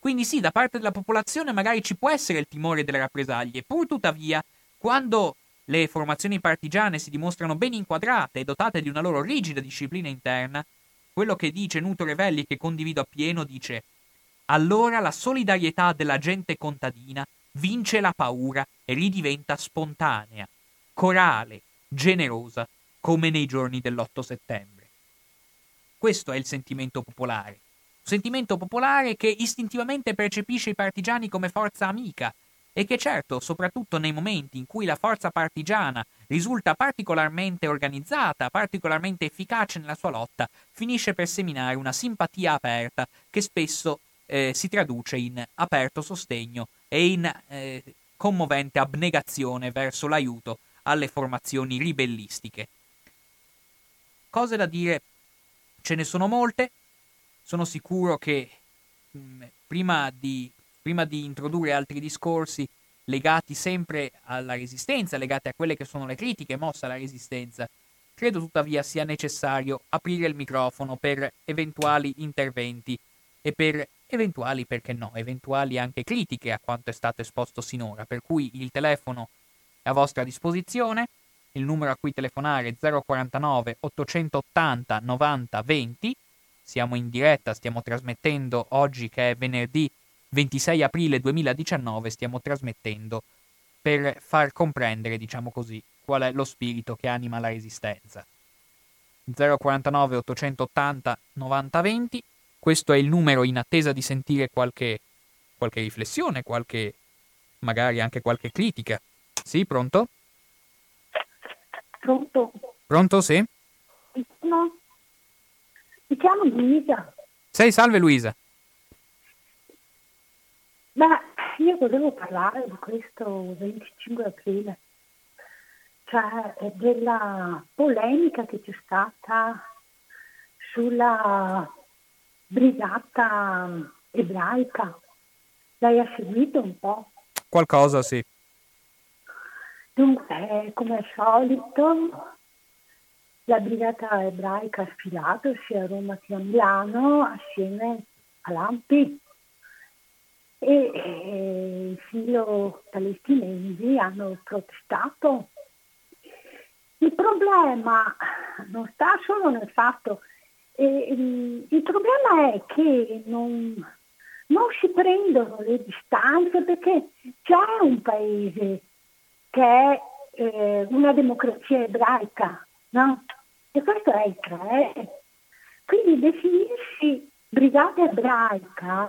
Quindi sì, da parte della popolazione magari ci può essere il timore delle rappresaglie, pur tuttavia, quando le formazioni partigiane si dimostrano ben inquadrate e dotate di una loro rigida disciplina interna, quello che dice Nuto Revelli, che condivido appieno, dice: allora la solidarietà della gente contadina vince la paura e ridiventa spontanea, corale, generosa, come nei giorni dell'8 settembre. Questo è il sentimento popolare. Un sentimento popolare che istintivamente percepisce i partigiani come forza amica e che certo, soprattutto nei momenti in cui la forza partigiana risulta particolarmente organizzata, particolarmente efficace nella sua lotta, finisce per seminare una simpatia aperta che spesso si traduce in aperto sostegno e in commovente abnegazione verso l'aiuto alle formazioni ribellistiche. Cose da dire ce ne sono molte. Sono sicuro che prima di introdurre altri discorsi legati sempre alla resistenza, legati a quelle che sono le critiche mosse alla resistenza, credo tuttavia sia necessario aprire il microfono per eventuali interventi e per eventuali, perché no, eventuali anche critiche a quanto è stato esposto sinora, per cui il telefono è a vostra disposizione, il numero a cui telefonare è 049 880 90 20, siamo in diretta, stiamo trasmettendo oggi che è venerdì 26 aprile 2019, stiamo trasmettendo per far comprendere, diciamo così, qual è lo spirito che anima la resistenza. 049 880 90 20, questo è il numero in attesa di sentire qualche riflessione, magari anche qualche critica. Sì, pronto? Pronto? Pronto, sì? No, mi chiamo Luisa. Salve Luisa. Beh, io volevo parlare di questo 25 aprile, cioè della polemica che c'è stata sulla brigata ebraica. Lei ha seguito un po'? Qualcosa, sì. Dunque, come al solito, la brigata ebraica ha sfilato sia a Roma che a Milano assieme all'ANPI e i filo palestinesi hanno protestato. Il problema non sta solo nel fatto, il problema è che non si prendono le distanze, perché c'è un paese che è una democrazia ebraica, no? E questo è Israele. Quindi definirsi brigata ebraica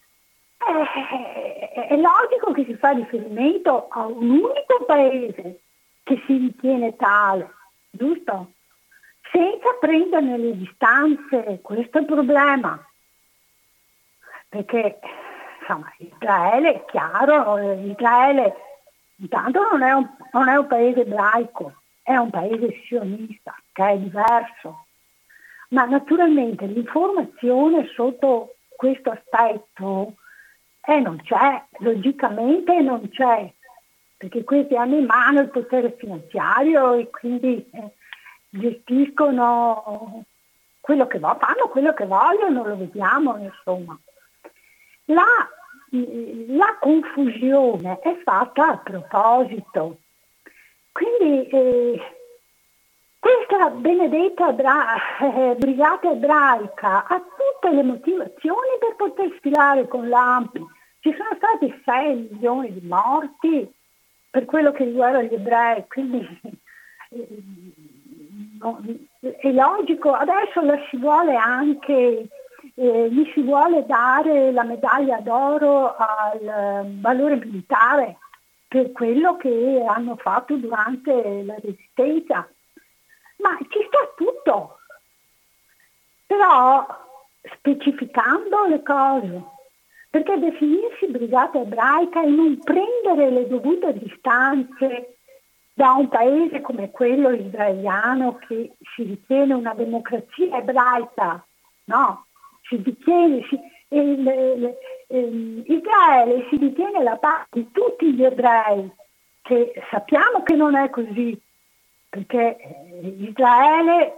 è logico che si fa riferimento a un unico paese che si ritiene tale, giusto? Senza prenderne le distanze, questo è il problema. Perché insomma, Israele è chiaro, Israele intanto non è un paese ebraico, è un paese sionista, che è diverso. Ma naturalmente l'informazione sotto questo aspetto non c'è, logicamente non c'è, perché questi hanno in mano il potere finanziario e quindi gestiscono quello che fanno quello che vogliono, lo vediamo insomma. La confusione è fatta a proposito, quindi questa benedetta brigata ebraica ha tutte le motivazioni per poter sfilare con l'ANPI. Ci sono stati 6 milioni di morti per quello che riguarda gli ebrei, quindi è logico. Adesso gli si vuole dare la medaglia d'oro al valore militare per quello che hanno fatto durante la resistenza. Ma ci sta tutto, però specificando le cose, perché definirsi brigata ebraica e non prendere le dovute distanze da un paese come quello israeliano che si ritiene una democrazia ebraica, no? Israele si ritiene la parte di tutti gli ebrei, che sappiamo che non è così, perché Israele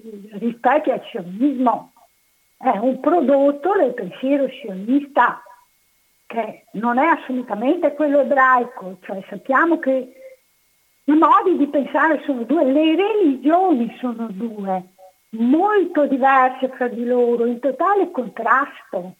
rispetto al sionismo è un prodotto del pensiero sionista, che non è assolutamente quello ebraico, cioè sappiamo che i modi di pensare sono due, le religioni sono due, molto diverse fra di loro, in totale contrasto.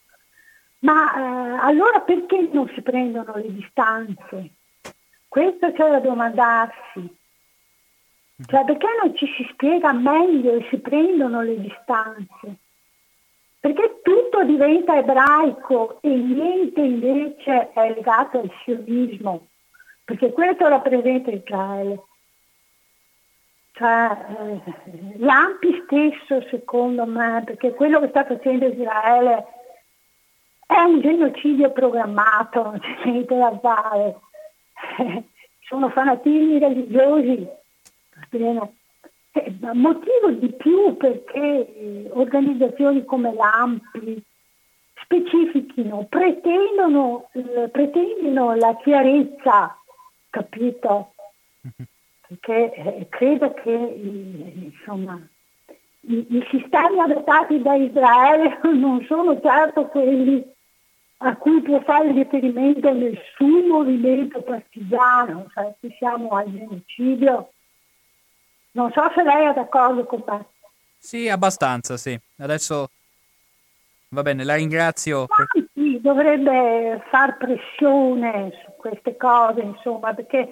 Ma allora perché non si prendono le distanze? Questo c'è da domandarsi. Cioè perché non ci si spiega meglio e si prendono le distanze? Perché tutto diventa ebraico e niente invece è legato al sionismo, perché questo rappresenta Israele. Cioè, l'ANPI stesso, secondo me, perché quello che sta facendo Israele è un genocidio programmato, non c'è niente da fare. Sono fanatismi religiosi. Bene. Motivo di più perché organizzazioni come l'ANPI specifichino, pretendino la chiarezza, capito? Perché credo che insomma i sistemi adottati da Israele non sono certo quelli a cui può fare riferimento nessun movimento partigiano, cioè se siamo al genocidio. Non so se lei è d'accordo con me. Sì, abbastanza, sì. Adesso va bene, la ringrazio. Sì, dovrebbe far pressione su queste cose, insomma, perché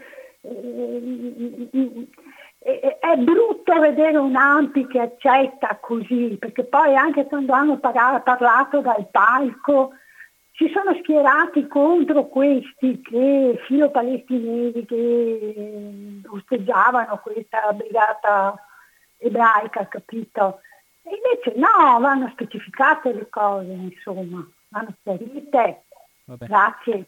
è brutto vedere un ANPI che accetta così, perché poi anche quando hanno parlato dal palco si sono schierati contro questi che filo-palestinesi che osteggiavano questa brigata ebraica, capito? E invece no, vanno specificate le cose, insomma, vanno chiarite. Grazie.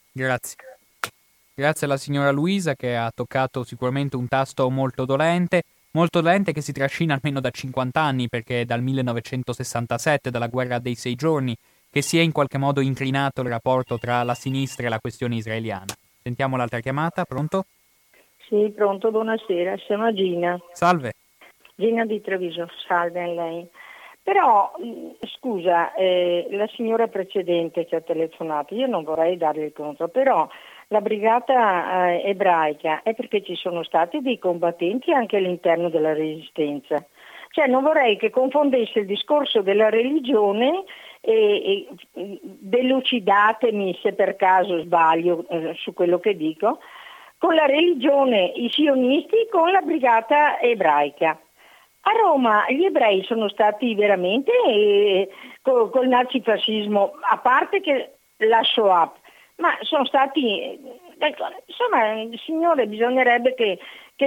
Grazie alla signora Luisa che ha toccato sicuramente un tasto molto dolente che si trascina almeno da 50 anni, perché è dal 1967, dalla guerra dei 6 giorni, che si è in qualche modo inclinato il rapporto tra la sinistra e la questione israeliana. Sentiamo l'altra chiamata, pronto? Sì, pronto, buonasera, sono Gina. Salve. Gina di Treviso, salve a lei. Però, scusa, la signora precedente che ha telefonato, io non vorrei darle il contro, però la brigata ebraica è perché ci sono stati dei combattenti anche all'interno della resistenza. Cioè non vorrei che confondesse il discorso della religione e delucidatemi se per caso sbaglio su quello che dico, con la religione, i sionisti con la brigata ebraica. A Roma gli ebrei sono stati veramente col nazifascismo, a parte che la Shoah, ma sono stati, insomma, signore, bisognerebbe che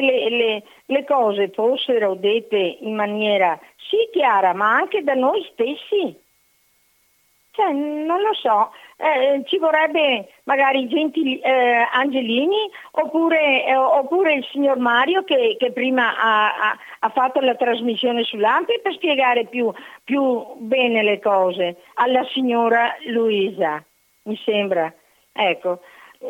le cose fossero dette in maniera sì chiara, ma anche da noi stessi. Cioè, non lo so, ci vorrebbe magari Angelini oppure il signor Mario che prima ha fatto la trasmissione sull'ANPI per spiegare più bene le cose alla signora Luisa, mi sembra. Ecco,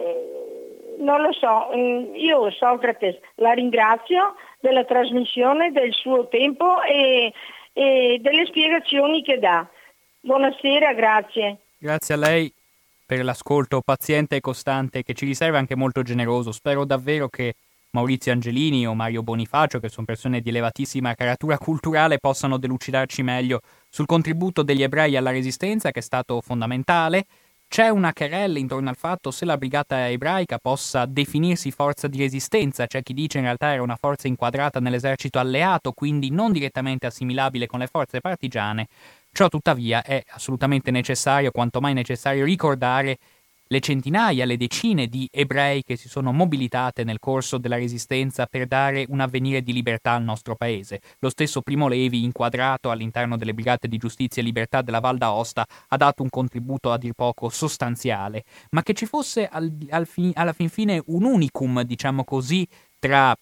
non lo so, io Socrate la ringrazio della trasmissione, del suo tempo e delle spiegazioni che dà. Buonasera, grazie. Grazie a lei per l'ascolto paziente e costante, che ci riserva anche molto generoso. Spero davvero che Maurizio Angelini o Mario Bonifacio, che sono persone di elevatissima caratura culturale, possano delucidarci meglio sul contributo degli ebrei alla resistenza, che è stato fondamentale. C'è una querella intorno al fatto se la brigata ebraica possa definirsi forza di resistenza. C'è chi dice in realtà era una forza inquadrata nell'esercito alleato, quindi non direttamente assimilabile con le forze partigiane. Ciò tuttavia è assolutamente necessario, quanto mai necessario, ricordare le centinaia, le decine di ebrei che si sono mobilitate nel corso della resistenza per dare un avvenire di libertà al nostro paese. Lo stesso Primo Levi, inquadrato all'interno delle Brigate di Giustizia e Libertà della Val d'Aosta, ha dato un contributo a dir poco sostanziale, ma che ci fosse alla fin fine un unicum, diciamo così, tra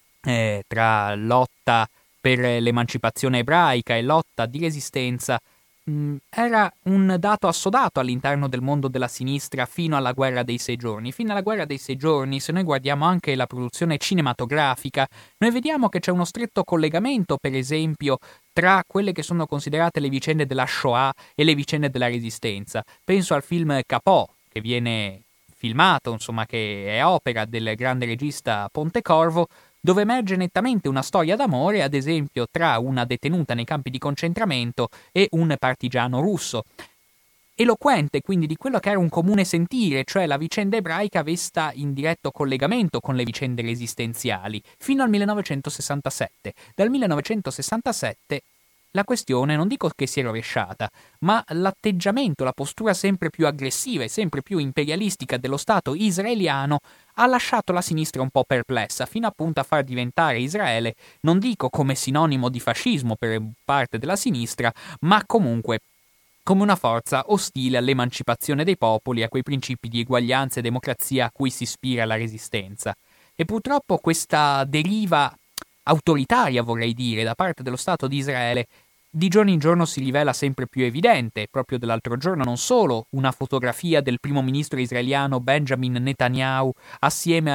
lotta per l'emancipazione ebraica e lotta di resistenza, era un dato assodato all'interno del mondo della sinistra fino alla guerra dei 6 giorni. Fino alla guerra dei 6 giorni, se noi guardiamo anche la produzione cinematografica, noi vediamo che c'è uno stretto collegamento, per esempio, tra quelle che sono considerate le vicende della Shoah e le vicende della resistenza. Penso al film Capò che viene filmato, insomma, che è opera del grande regista Pontecorvo, dove emerge nettamente una storia d'amore, ad esempio, tra una detenuta nei campi di concentramento e un partigiano russo. Eloquente quindi di quello che era un comune sentire, cioè la vicenda ebraica vista in diretto collegamento con le vicende resistenziali, fino al 1967. Dal 1967 la questione non dico che si è rovesciata, ma l'atteggiamento, la postura sempre più aggressiva e sempre più imperialistica dello Stato israeliano ha lasciato la sinistra un po' perplessa, fino appunto a far diventare Israele, non dico come sinonimo di fascismo per parte della sinistra, ma comunque come una forza ostile all'emancipazione dei popoli e a quei principi di eguaglianza e democrazia a cui si ispira la resistenza. E purtroppo questa deriva autoritaria, vorrei dire, da parte dello Stato di Israele, di giorno in giorno si rivela sempre più evidente. Proprio dell'altro giorno non solo una fotografia del primo ministro israeliano Benjamin Netanyahu assieme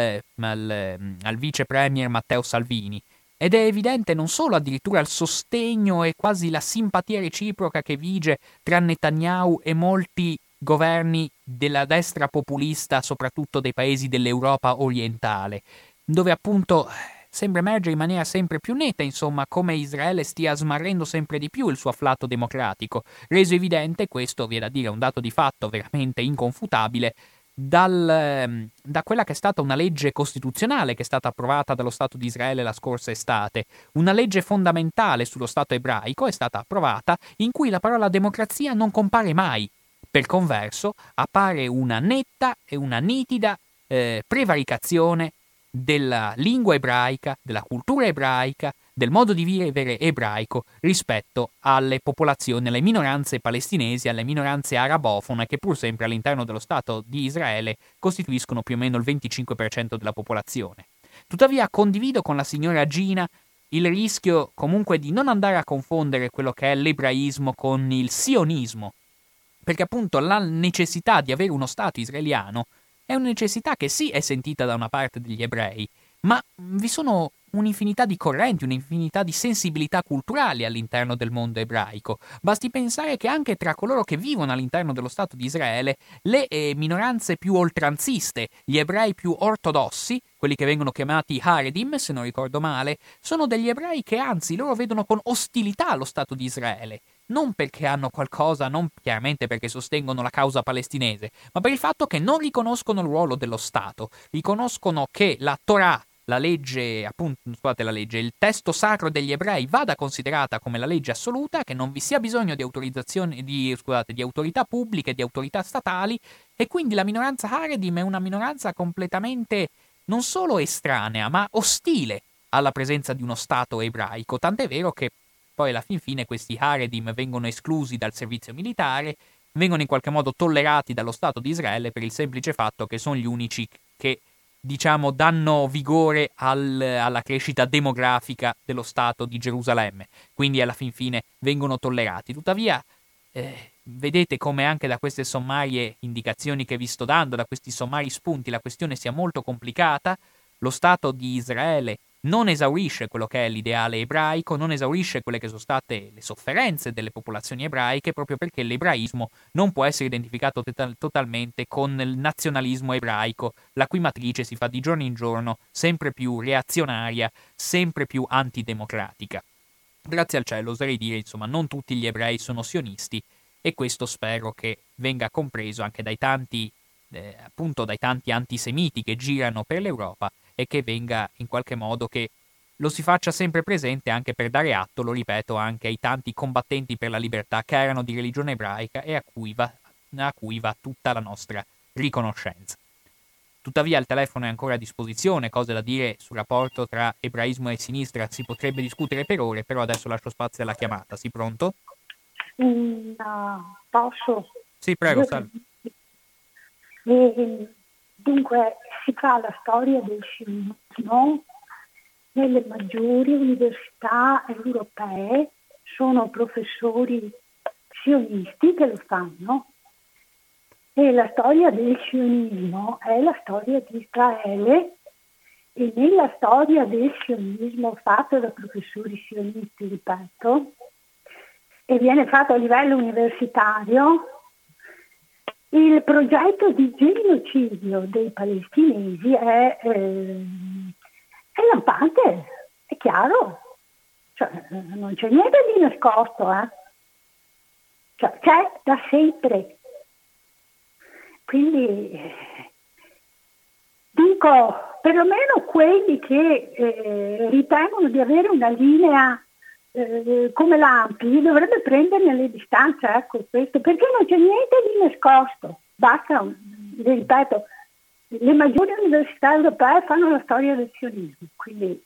al vice premier Matteo Salvini, ed è evidente non solo addirittura il sostegno e quasi la simpatia reciproca che vige tra Netanyahu e molti governi della destra populista, soprattutto dei paesi dell'Europa orientale, dove appunto sembra emergere in maniera sempre più netta, insomma, come Israele stia smarrendo sempre di più il suo afflato democratico, reso evidente, questo viene da dire un dato di fatto veramente inconfutabile, da quella che è stata una legge costituzionale che è stata approvata dallo Stato di Israele la scorsa estate. Una legge fondamentale sullo Stato ebraico è stata approvata in cui la parola democrazia non compare mai. Per converso, appare una netta e una nitida prevaricazione della lingua ebraica, della cultura ebraica, del modo di vivere ebraico rispetto alle popolazioni, alle minoranze palestinesi, alle minoranze arabofone che pur sempre all'interno dello Stato di Israele costituiscono più o meno il 25% della popolazione. Tuttavia condivido con la signora Gina il rischio comunque di non andare a confondere quello che è l'ebraismo con il sionismo, perché appunto la necessità di avere uno Stato israeliano è una necessità che sì è sentita da una parte degli ebrei, ma vi sono un'infinità di correnti, un'infinità di sensibilità culturali all'interno del mondo ebraico. Basti pensare che anche tra coloro che vivono all'interno dello Stato di Israele, le minoranze più oltranziste, gli ebrei più ortodossi, quelli che vengono chiamati Haredim, se non ricordo male, sono degli ebrei che anzi loro vedono con ostilità lo Stato di Israele. Non perché hanno qualcosa, non chiaramente perché sostengono la causa palestinese, ma per il fatto che non riconoscono il ruolo dello Stato, riconoscono che la Torah, la legge, appunto, scusate, la legge, il testo sacro degli ebrei vada considerata come la legge assoluta, che non vi sia bisogno di autorizzazione, di autorità pubbliche, di autorità statali, e quindi la minoranza Haredim è una minoranza completamente non solo estranea, ma ostile alla presenza di uno Stato ebraico, tant'è vero che poi alla fin fine questi Haredim vengono esclusi dal servizio militare, vengono in qualche modo tollerati dallo Stato di Israele per il semplice fatto che sono gli unici che, diciamo, danno vigore alla crescita demografica dello Stato di Gerusalemme, quindi alla fin fine vengono tollerati. Tuttavia, vedete come anche da queste sommarie indicazioni che vi sto dando, da questi sommari spunti, la questione sia molto complicata. Lo Stato di Israele non esaurisce quello che è l'ideale ebraico, non esaurisce quelle che sono state le sofferenze delle popolazioni ebraiche, proprio perché l'ebraismo non può essere identificato totalmente con il nazionalismo ebraico, la cui matrice si fa di giorno in giorno sempre più reazionaria, sempre più antidemocratica. Grazie al cielo, oserei dire, insomma, non tutti gli ebrei sono sionisti, e questo spero che venga compreso anche dai tanti antisemiti che girano per l'Europa, e che venga in qualche modo che lo si faccia sempre presente, anche per dare atto, lo ripeto, anche ai tanti combattenti per la libertà che erano di religione ebraica e a cui va tutta la nostra riconoscenza. Tuttavia il telefono è ancora a disposizione, cose da dire sul rapporto tra ebraismo e sinistra si potrebbe discutere per ore, però adesso lascio spazio alla chiamata. Sì, pronto? No, posso? Sì, prego, salve. Dunque, si fa la storia del sionismo nelle maggiori università europee, sono professori sionisti che lo fanno, e la storia del sionismo è la storia di Israele, e nella storia del sionismo fatta da professori sionisti, ripeto, e viene fatto a livello universitario, il progetto di genocidio dei palestinesi è lampante, è chiaro, cioè, non c'è niente di nascosto, cioè, c'è da sempre. Quindi dico, perlomeno quelli che ritengono di avere una linea come l'ANPI dovrebbe prenderne le distanze, ecco questo, perché non c'è niente di nascosto. Basta, vi ripeto, le maggiori università europee fanno la storia del sionismo, quindi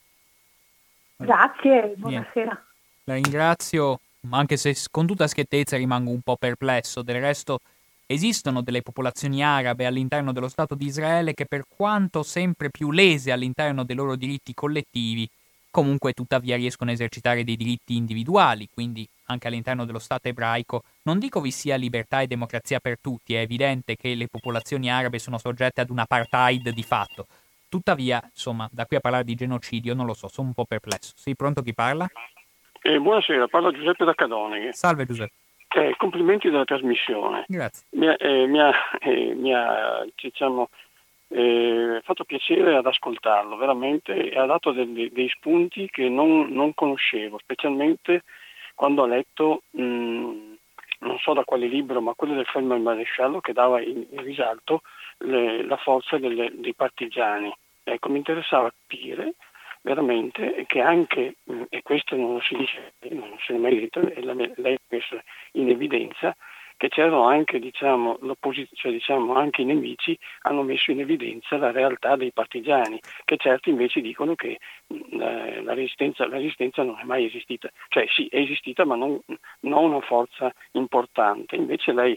grazie, buonasera. La ringrazio, anche se con tutta schiettezza rimango un po' perplesso. Del resto esistono delle popolazioni arabe all'interno dello Stato di Israele che, per quanto sempre più lese all'interno dei loro diritti collettivi, comunque tuttavia riescono a esercitare dei diritti individuali, quindi anche all'interno dello Stato ebraico non dico vi sia libertà e democrazia per tutti, è evidente che le popolazioni arabe sono soggette ad un apartheid di fatto. Tuttavia, insomma, da qui a parlare di genocidio non lo so, sono un po' perplesso. Sì, pronto, chi parla? Buonasera, parla Giuseppe da Cadoneghe. Salve Giuseppe. Complimenti della trasmissione. Grazie. Mi ha diciamo, fatto piacere ad ascoltarlo, veramente, ha dato dei spunti che non conoscevo, specialmente quando ho letto, non so da quale libro, ma quello del Feldman Maresciallo, che dava in risalto la forza dei partigiani. Ecco, mi interessava capire veramente che anche, e questo non lo si dice, non se ne mai detto, e lei ha messo in evidenza, che c'erano anche, l'opposizione, anche i nemici hanno messo in evidenza la realtà dei partigiani, che certi invece dicono che la resistenza non è mai esistita, cioè sì, è esistita ma non una forza importante. Invece lei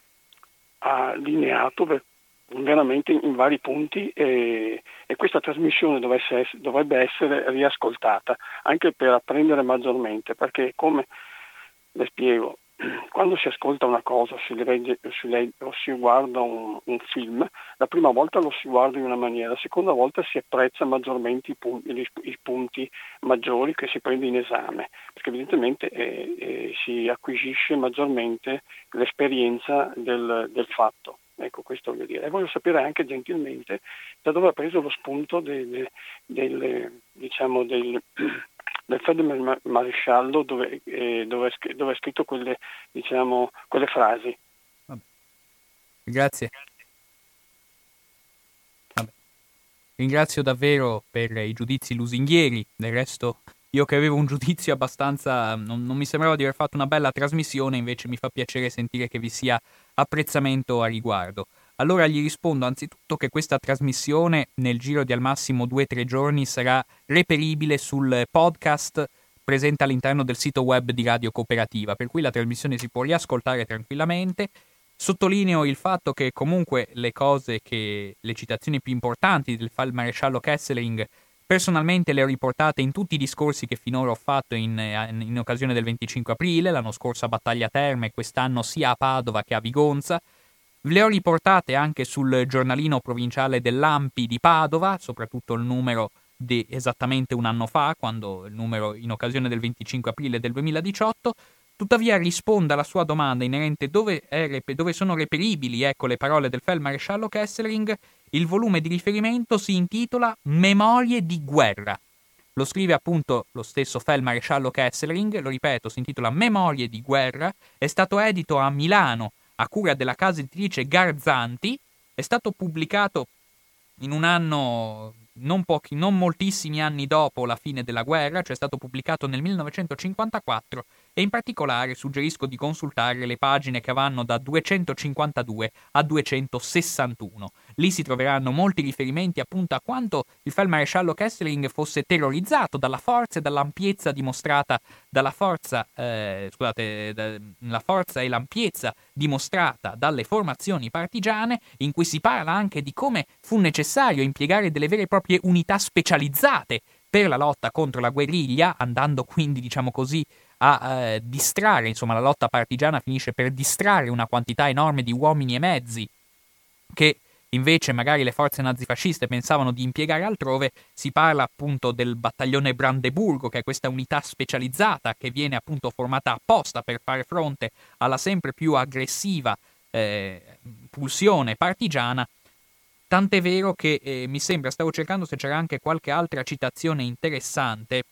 ha lineato veramente in vari punti e questa trasmissione dovrebbe essere riascoltata anche per apprendere maggiormente, perché, come le spiego, quando si ascolta una cosa, si legge o si guarda un film, la prima volta lo si guarda in una maniera, la seconda volta si apprezza maggiormente i punti maggiori che si prende in esame, perché evidentemente si acquisisce maggiormente l'esperienza del fatto. Ecco, questo voglio dire. E voglio sapere anche gentilmente da dove ha preso lo spunto del Feldman Maresciallo dove è scritto quelle frasi. Vabbè. Grazie. Vabbè. Ringrazio davvero per i giudizi lusinghieri. Del resto, io che avevo un giudizio abbastanza, non mi sembrava di aver fatto una bella trasmissione, invece mi fa piacere sentire che vi sia apprezzamento a riguardo. Allora gli rispondo anzitutto che questa trasmissione nel giro di al massimo 2-3 giorni sarà reperibile sul podcast presente all'interno del sito web di Radio Cooperativa, per cui la trasmissione si può riascoltare tranquillamente. Sottolineo il fatto che comunque le citazioni più importanti del Feldmaresciallo Kesselring personalmente le ho riportate in tutti i discorsi che finora ho fatto in occasione del 25 aprile, l'anno scorso a Battaglia Terme, quest'anno sia a Padova che a Vigonza. Le ho riportate anche sul giornalino provinciale dell'Ampi di Padova, soprattutto il numero di esattamente un anno fa, quando il numero in occasione del 25 aprile del 2018. Tuttavia risponda alla sua domanda inerente dove sono reperibili, le parole del Feldmaresciallo Kesselring. Il volume di riferimento si intitola Memorie di guerra. Lo scrive appunto lo stesso Feldmaresciallo Kesselring, lo ripeto, si intitola Memorie di guerra, è stato edito a Milano a cura della casa editrice Garzanti, è stato pubblicato in un anno, non moltissimi anni dopo la fine della guerra, cioè è stato pubblicato nel 1954, e in particolare suggerisco di consultare le pagine che vanno da 252 a 261. Lì si troveranno molti riferimenti appunto a quanto il Feldmaresciallo Kesselring fosse terrorizzato dalla forza e dall'ampiezza dimostrata, la forza e l'ampiezza dimostrata dalle formazioni partigiane, in cui si parla anche di come fu necessario impiegare delle vere e proprie unità specializzate per la lotta contro la guerriglia, andando quindi, diciamo così, a distrarre, insomma la lotta partigiana finisce per distrarre una quantità enorme di uomini e mezzi che invece magari le forze nazifasciste pensavano di impiegare altrove. Si parla appunto del battaglione Brandeburgo, che è questa unità specializzata che viene appunto formata apposta per fare fronte alla sempre più aggressiva pulsione partigiana, tant'è vero che mi sembra, stavo cercando se c'era anche qualche altra citazione interessante.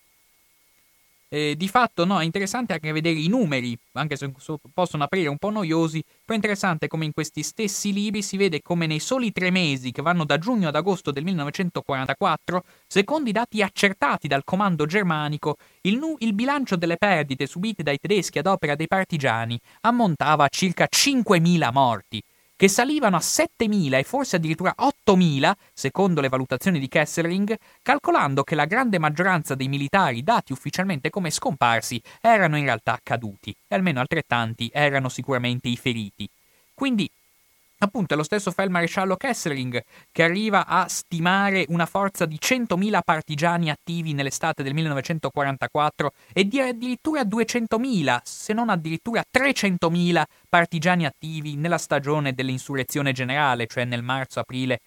Di fatto no, è interessante anche vedere i numeri, anche se possono apparire un po' noiosi, però è interessante come in questi stessi libri si vede come nei soli 3 mesi che vanno da giugno ad agosto del 1944, secondo i dati accertati dal comando germanico, il bilancio delle perdite subite dai tedeschi ad opera dei partigiani ammontava a circa 5.000 morti, che salivano a 7.000 e forse addirittura 8.000, secondo le valutazioni di Kesselring, calcolando che la grande maggioranza dei militari dati ufficialmente come scomparsi erano in realtà caduti, e almeno altrettanti erano sicuramente i feriti. Quindi, appunto, è lo stesso feldmaresciallo Kesselring che arriva a stimare una forza di 100.000 partigiani attivi nell'estate del 1944 e di addirittura 200.000, se non addirittura 300.000 partigiani attivi nella stagione dell'insurrezione generale, cioè nel marzo-aprile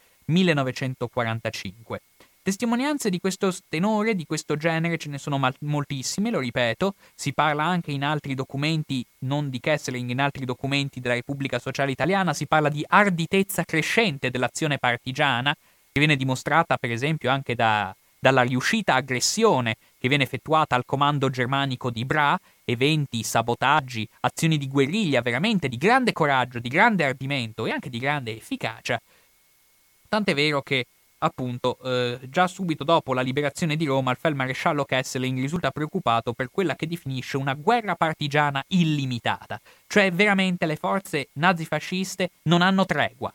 1945. Testimonianze di questo tenore, di questo genere, ce ne sono moltissime, lo ripeto, si parla anche in altri documenti, non di Kesselring, in altri documenti della Repubblica Sociale Italiana, si parla di arditezza crescente dell'azione partigiana, che viene dimostrata per esempio anche dalla riuscita aggressione che viene effettuata al comando germanico di Bra, eventi, sabotaggi, azioni di guerriglia veramente di grande coraggio, di grande ardimento e anche di grande efficacia, tant'è vero che appunto, già subito dopo la liberazione di Roma, il feldmaresciallo Kesselring risulta preoccupato per quella che definisce una guerra partigiana illimitata, cioè veramente le forze nazifasciste non hanno tregua.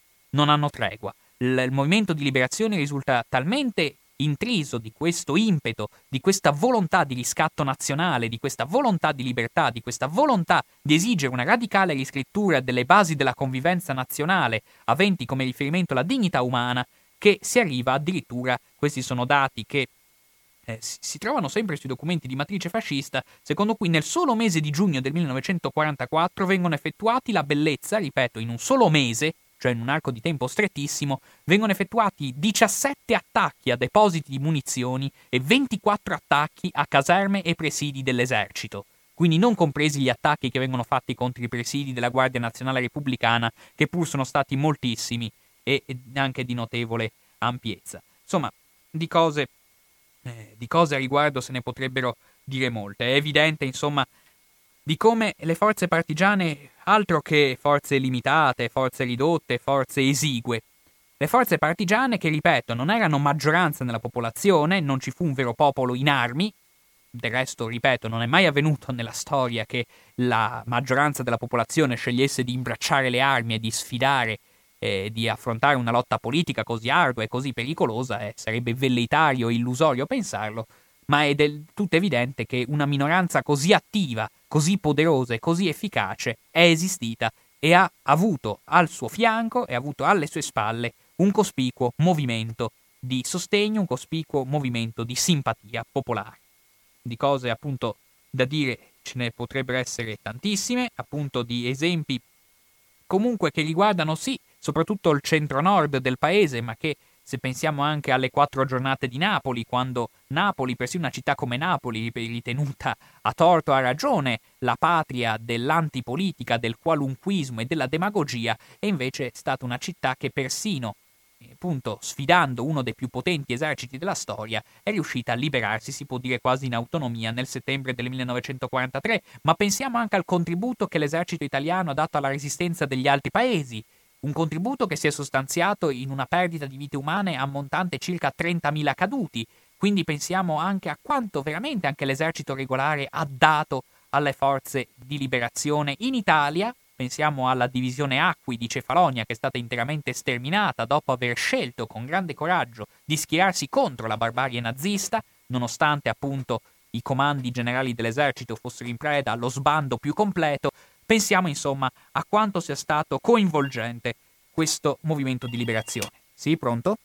Il movimento di liberazione risulta talmente intriso di questo impeto, di questa volontà di riscatto nazionale, di questa volontà di libertà, di questa volontà di esigere una radicale riscrittura delle basi della convivenza nazionale, aventi come riferimento la dignità umana, che si arriva addirittura, questi sono dati che si trovano sempre sui documenti di matrice fascista, secondo cui nel solo mese di giugno del 1944 vengono effettuati la bellezza, ripeto, in un solo mese, cioè in un arco di tempo strettissimo, vengono effettuati 17 attacchi a depositi di munizioni e 24 attacchi a caserme e presidi dell'esercito. Quindi non compresi gli attacchi che vengono fatti contro i presidi della Guardia Nazionale Repubblicana, che pur sono stati moltissimi e anche di notevole ampiezza. Insomma, di cose a riguardo se ne potrebbero dire molte. È evidente, insomma, di come le forze partigiane, altro che forze limitate, forze ridotte, forze esigue, le forze partigiane che, ripeto, non erano maggioranza nella popolazione, non ci fu un vero popolo in armi, del resto, ripeto, non è mai avvenuto nella storia che la maggioranza della popolazione scegliesse di imbracciare le armi e di sfidare di affrontare una lotta politica così ardua e così pericolosa, sarebbe velleitario e illusorio pensarlo, ma è del tutto evidente che una minoranza così attiva, così poderosa e così efficace è esistita e ha avuto al suo fianco e ha avuto alle sue spalle un cospicuo movimento di sostegno, un cospicuo movimento di simpatia popolare. Di cose appunto da dire ce ne potrebbero essere tantissime, appunto di esempi comunque che riguardano sì soprattutto il centro-nord del paese, ma che se pensiamo anche alle 4 giornate di Napoli, quando Napoli, persino una città come Napoli, ritenuta a torto o a ragione la patria dell'antipolitica, del qualunquismo e della demagogia, è invece stata una città che persino, appunto, sfidando uno dei più potenti eserciti della storia, è riuscita a liberarsi, si può dire quasi in autonomia, nel settembre del 1943, ma pensiamo anche al contributo che l'esercito italiano ha dato alla resistenza degli altri paesi, un contributo che si è sostanziato in una perdita di vite umane ammontante circa 30.000 caduti, quindi pensiamo anche a quanto veramente anche l'esercito regolare ha dato alle forze di liberazione in Italia. Pensiamo alla divisione Acqui di Cefalonia, che è stata interamente sterminata dopo aver scelto con grande coraggio di schierarsi contro la barbarie nazista, nonostante appunto i comandi generali dell'esercito fossero in preda allo sbando più completo. Pensiamo insomma a quanto sia stato coinvolgente questo movimento di liberazione. Sì, pronto?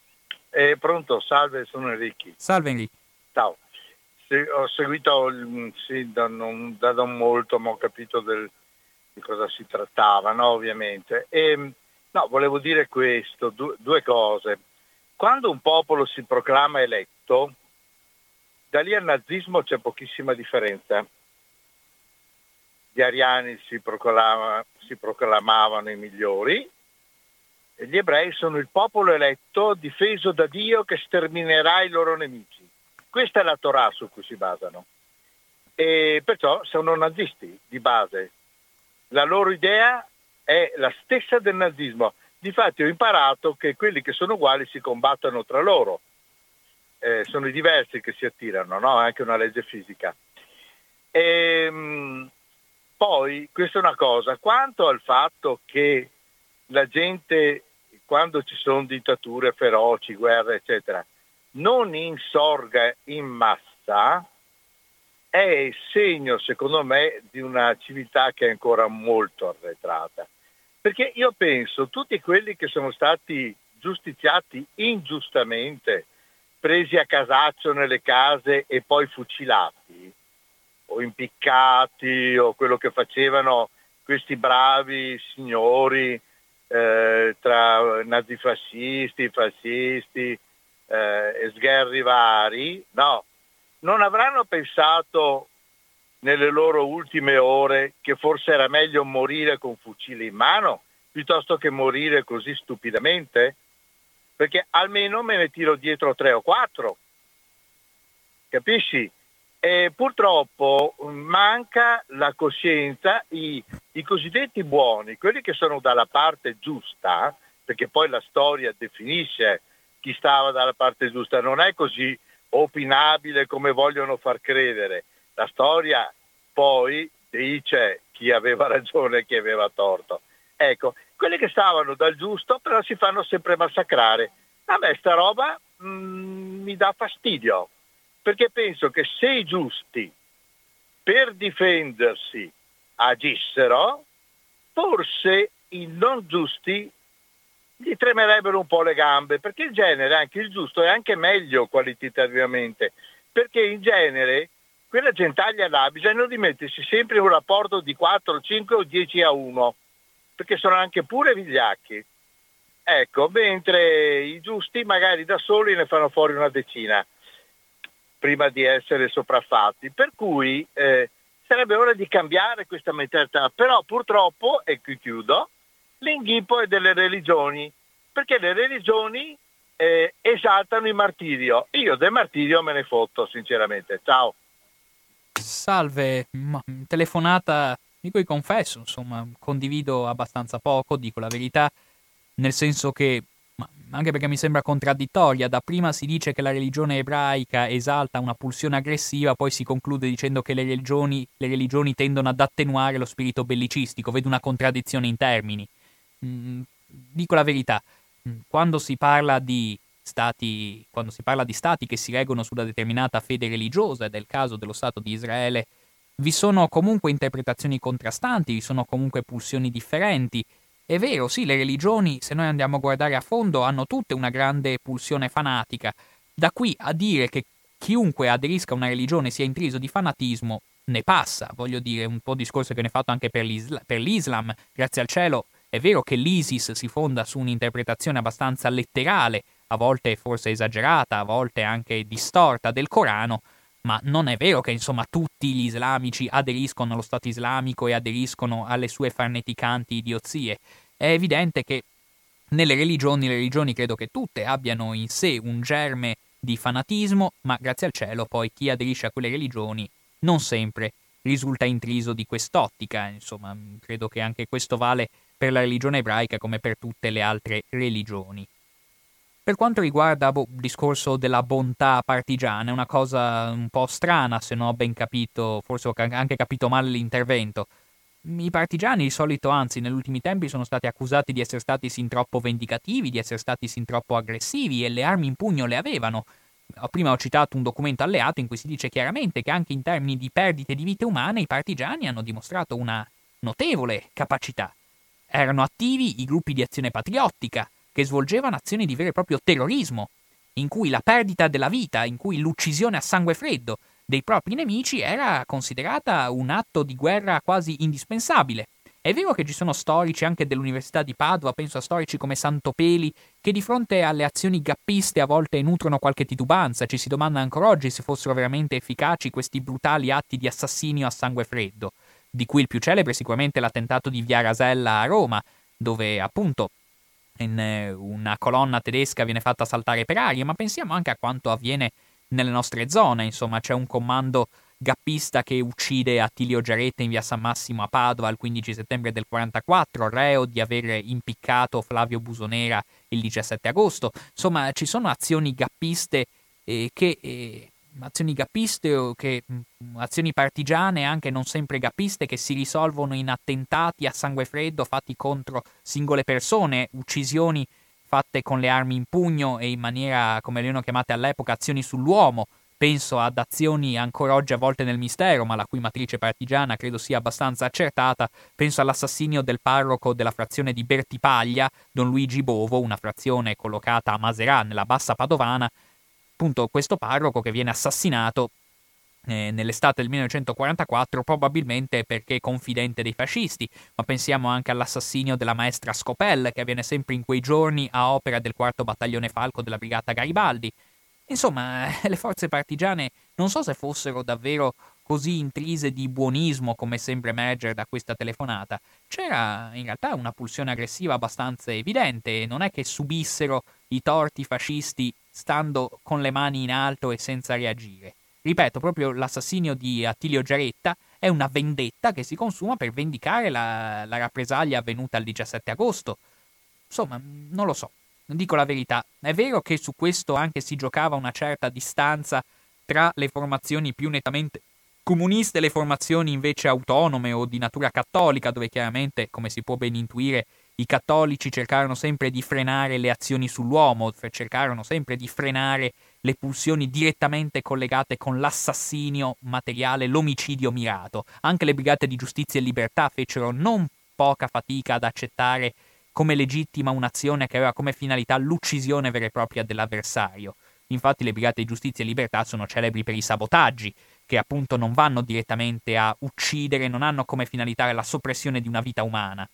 Pronto, salve, sono Enrico. Salve Enrico. Ciao. Ho seguito da non molto, ma ho capito di cosa si trattava, no, ovviamente. Volevo dire questo, due cose. Quando un popolo si proclama eletto, da lì al nazismo c'è pochissima differenza. gli ariani si proclamavano i migliori, e gli ebrei sono il popolo eletto difeso da Dio che sterminerà i loro nemici. Questa è la Torah su cui si basano, e perciò sono nazisti di base. La loro idea è la stessa del nazismo. Difatti ho imparato che quelli che sono uguali si combattono tra loro, sono i diversi che si attirano, no? È anche una legge fisica. Poi, questa è una cosa, quanto al fatto che la gente, quando ci sono dittature feroci, guerre, eccetera, non insorga in massa, è il segno, secondo me, di una civiltà che è ancora molto arretrata. Perché io penso, tutti quelli che sono stati giustiziati ingiustamente, presi a casaccio nelle case e poi fucilati, o impiccati, o quello che facevano questi bravi signori tra nazifascisti, fascisti e sgherri vari, no, non avranno pensato nelle loro ultime ore che forse era meglio morire con fucile in mano piuttosto che morire così stupidamente? Perché almeno me ne tiro dietro 3 o 4, capisci? E purtroppo manca la coscienza, i cosiddetti buoni, quelli che sono dalla parte giusta, perché poi la storia definisce chi stava dalla parte giusta, non è così opinabile come vogliono far credere. La storia poi dice chi aveva ragione e chi aveva torto. Ecco, quelli che stavano dal giusto però si fanno sempre massacrare. A me sta roba mi dà fastidio, perché penso che se i giusti per difendersi agissero, forse i non giusti gli tremerebbero un po' le gambe, perché in genere anche il giusto è anche meglio qualitativamente, perché in genere quella gentaglia là bisogna di mettersi sempre in un rapporto di 4, 5 o 10 a 1, perché sono anche pure vigliacchi. Ecco, mentre i giusti magari da soli ne fanno fuori una decina prima di essere sopraffatti, per cui sarebbe ora di cambiare questa mentalità. Però purtroppo, e qui chiudo, l'inghippo è delle religioni, perché le religioni esaltano il martirio. Io del martirio me ne fotto sinceramente. Ciao. Salve, telefonata di cui confesso, insomma, condivido abbastanza poco, dico la verità, nel senso che, anche perché mi sembra contraddittoria, dapprima si dice che la religione ebraica esalta una pulsione aggressiva, poi si conclude dicendo che le religioni tendono ad attenuare lo spirito bellicistico. Vedo una contraddizione in termini. Dico la verità, quando si parla di stati che si reggono su una determinata fede religiosa, ed è il caso dello Stato di Israele, vi sono comunque interpretazioni contrastanti, vi sono comunque pulsioni differenti. È vero, sì, le religioni, se noi andiamo a guardare a fondo, hanno tutte una grande pulsione fanatica. Da qui a dire che chiunque aderisca a una religione sia intriso di fanatismo, ne passa. Voglio dire, un po' discorso che ne è fatto anche per l'Islam. Grazie al cielo, è vero che l'ISIS si fonda su un'interpretazione abbastanza letterale, a volte forse esagerata, a volte anche distorta del Corano, ma non è vero che insomma tutti gli islamici aderiscono allo Stato islamico e aderiscono alle sue farneticanti idiozie. È evidente che nelle religioni credo che tutte abbiano in sé un germe di fanatismo, ma grazie al cielo poi chi aderisce a quelle religioni non sempre risulta intriso di quest'ottica. Insomma, credo che anche questo vale per la religione ebraica come per tutte le altre religioni. Per quanto riguarda il discorso della bontà partigiana, è una cosa un po' strana, se non ho ben capito, forse ho anche capito male l'intervento. I partigiani di solito, anzi, negli ultimi tempi sono stati accusati di essere stati sin troppo vendicativi, di essere stati sin troppo aggressivi, e le armi in pugno le avevano. Prima ho citato un documento alleato in cui si dice chiaramente che anche in termini di perdite di vite umane i partigiani hanno dimostrato una notevole capacità. Erano attivi i gruppi di azione patriottica, che svolgevano azioni di vero e proprio terrorismo, in cui la perdita della vita, in cui l'uccisione a sangue freddo dei propri nemici era considerata un atto di guerra quasi indispensabile. È vero che ci sono storici anche dell'Università di Padova, penso a storici come Santopeli, che di fronte alle azioni gappiste a volte nutrono qualche titubanza, ci si domanda ancora oggi se fossero veramente efficaci questi brutali atti di assassinio a sangue freddo. di cui il più celebre è sicuramente l'attentato di Via Rasella a Roma, dove appunto una colonna tedesca viene fatta saltare per aria, ma pensiamo anche a quanto avviene nelle nostre zone. Insomma, c'è un comando gappista che uccide Attilio Giaretta in via San Massimo a Padova il 15 settembre del 44, reo di aver impiccato Flavio Busonera il 17 agosto. Insomma, ci sono azioni gappiste azioni partigiane, anche non sempre gappiste, che si risolvono in attentati a sangue freddo fatti contro singole persone, uccisioni fatte con le armi in pugno e in maniera, come le hanno chiamate all'epoca, azioni sull'uomo. Penso ad azioni ancora oggi avvolte nel mistero, ma la cui matrice partigiana credo sia abbastanza accertata. Penso all'assassinio del parroco della frazione di Bertipaglia, Don Luigi Bovo, una frazione collocata a Maserà, nella Bassa Padovana. Appunto, questo parroco che viene assassinato nell'estate del 1944, probabilmente perché confidente dei fascisti, ma pensiamo anche all'assassinio della maestra Scopel, che avviene sempre in quei giorni a opera del 4° battaglione Falco della brigata Garibaldi. Insomma, le forze partigiane non so se fossero davvero così intrise di buonismo come sembra emergere da questa telefonata. C'era in realtà una pulsione aggressiva abbastanza evidente, e non è che subissero i torti fascisti stando con le mani in alto e senza reagire. Ripeto, proprio l'assassinio di Attilio Giaretta è una vendetta che si consuma per vendicare la rappresaglia avvenuta il 17 agosto. Insomma, non lo so. Dico la verità, è vero che su questo anche si giocava una certa distanza tra le formazioni più nettamente comuniste e le formazioni invece autonome o di natura cattolica, dove chiaramente, come si può ben intuire, i cattolici cercarono sempre di frenare le azioni sull'uomo, cercarono sempre di frenare le pulsioni direttamente collegate con l'assassinio materiale, l'omicidio mirato. Anche le brigate di giustizia e libertà fecero non poca fatica ad accettare come legittima un'azione che aveva come finalità l'uccisione vera e propria dell'avversario. Infatti le brigate di giustizia e libertà sono celebri per i sabotaggi, che appunto non vanno direttamente a uccidere, non hanno come finalità la soppressione di una vita umana.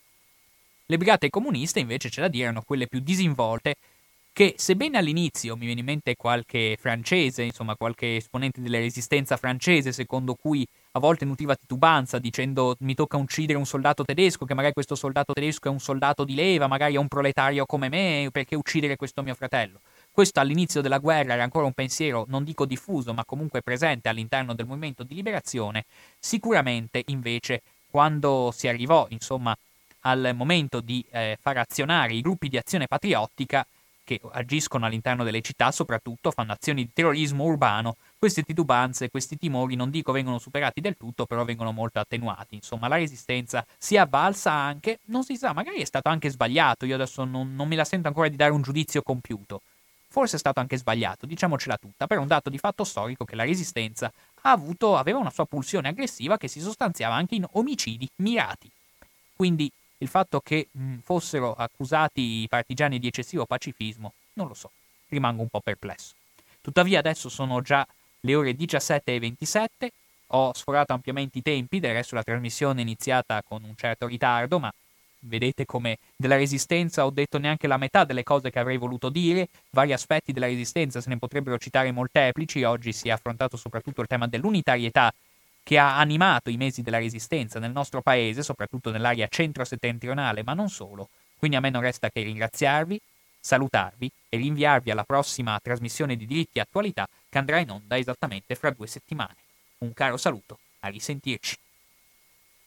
Le brigate comuniste invece, c'è da dire, erano quelle più disinvolte, che sebbene all'inizio mi viene in mente qualche francese, insomma qualche esponente della resistenza francese, secondo cui a volte nutriva titubanza dicendo mi tocca uccidere un soldato tedesco, che magari questo soldato tedesco è un soldato di leva, magari è un proletario come me, perché uccidere questo mio fratello? Questo all'inizio della guerra era ancora un pensiero, non dico diffuso, ma comunque presente all'interno del movimento di liberazione. Sicuramente invece quando si arrivò insomma al momento di far azionare i gruppi di azione patriottica, che agiscono all'interno delle città, soprattutto fanno azioni di terrorismo urbano, queste titubanze, questi timori, non dico vengono superati del tutto, però vengono molto attenuati. Insomma, la resistenza si è avvalsa anche, non si sa, magari è stato anche sbagliato, io adesso non me la sento ancora di dare un giudizio compiuto. Forse è stato anche sbagliato, diciamocela tutta, però è un dato di fatto storico che la resistenza aveva una sua pulsione aggressiva che si sostanziava anche in omicidi mirati. Quindi il fatto che fossero accusati i partigiani di eccessivo pacifismo, non lo so, rimango un po' perplesso. Tuttavia adesso sono già le ore 17:27, ho sforato ampiamente i tempi, del resto la trasmissione è iniziata con un certo ritardo, ma vedete come della resistenza ho detto neanche la metà delle cose che avrei voluto dire, vari aspetti della resistenza se ne potrebbero citare molteplici, oggi si è affrontato soprattutto il tema dell'unitarietà, che ha animato i mesi della resistenza nel nostro paese, soprattutto nell'area centro-settentrionale, ma non solo. Quindi a me non resta che ringraziarvi, salutarvi e rinviarvi alla prossima trasmissione di Diritti e Attualità che andrà in onda esattamente fra 2 settimane. Un caro saluto, a risentirci.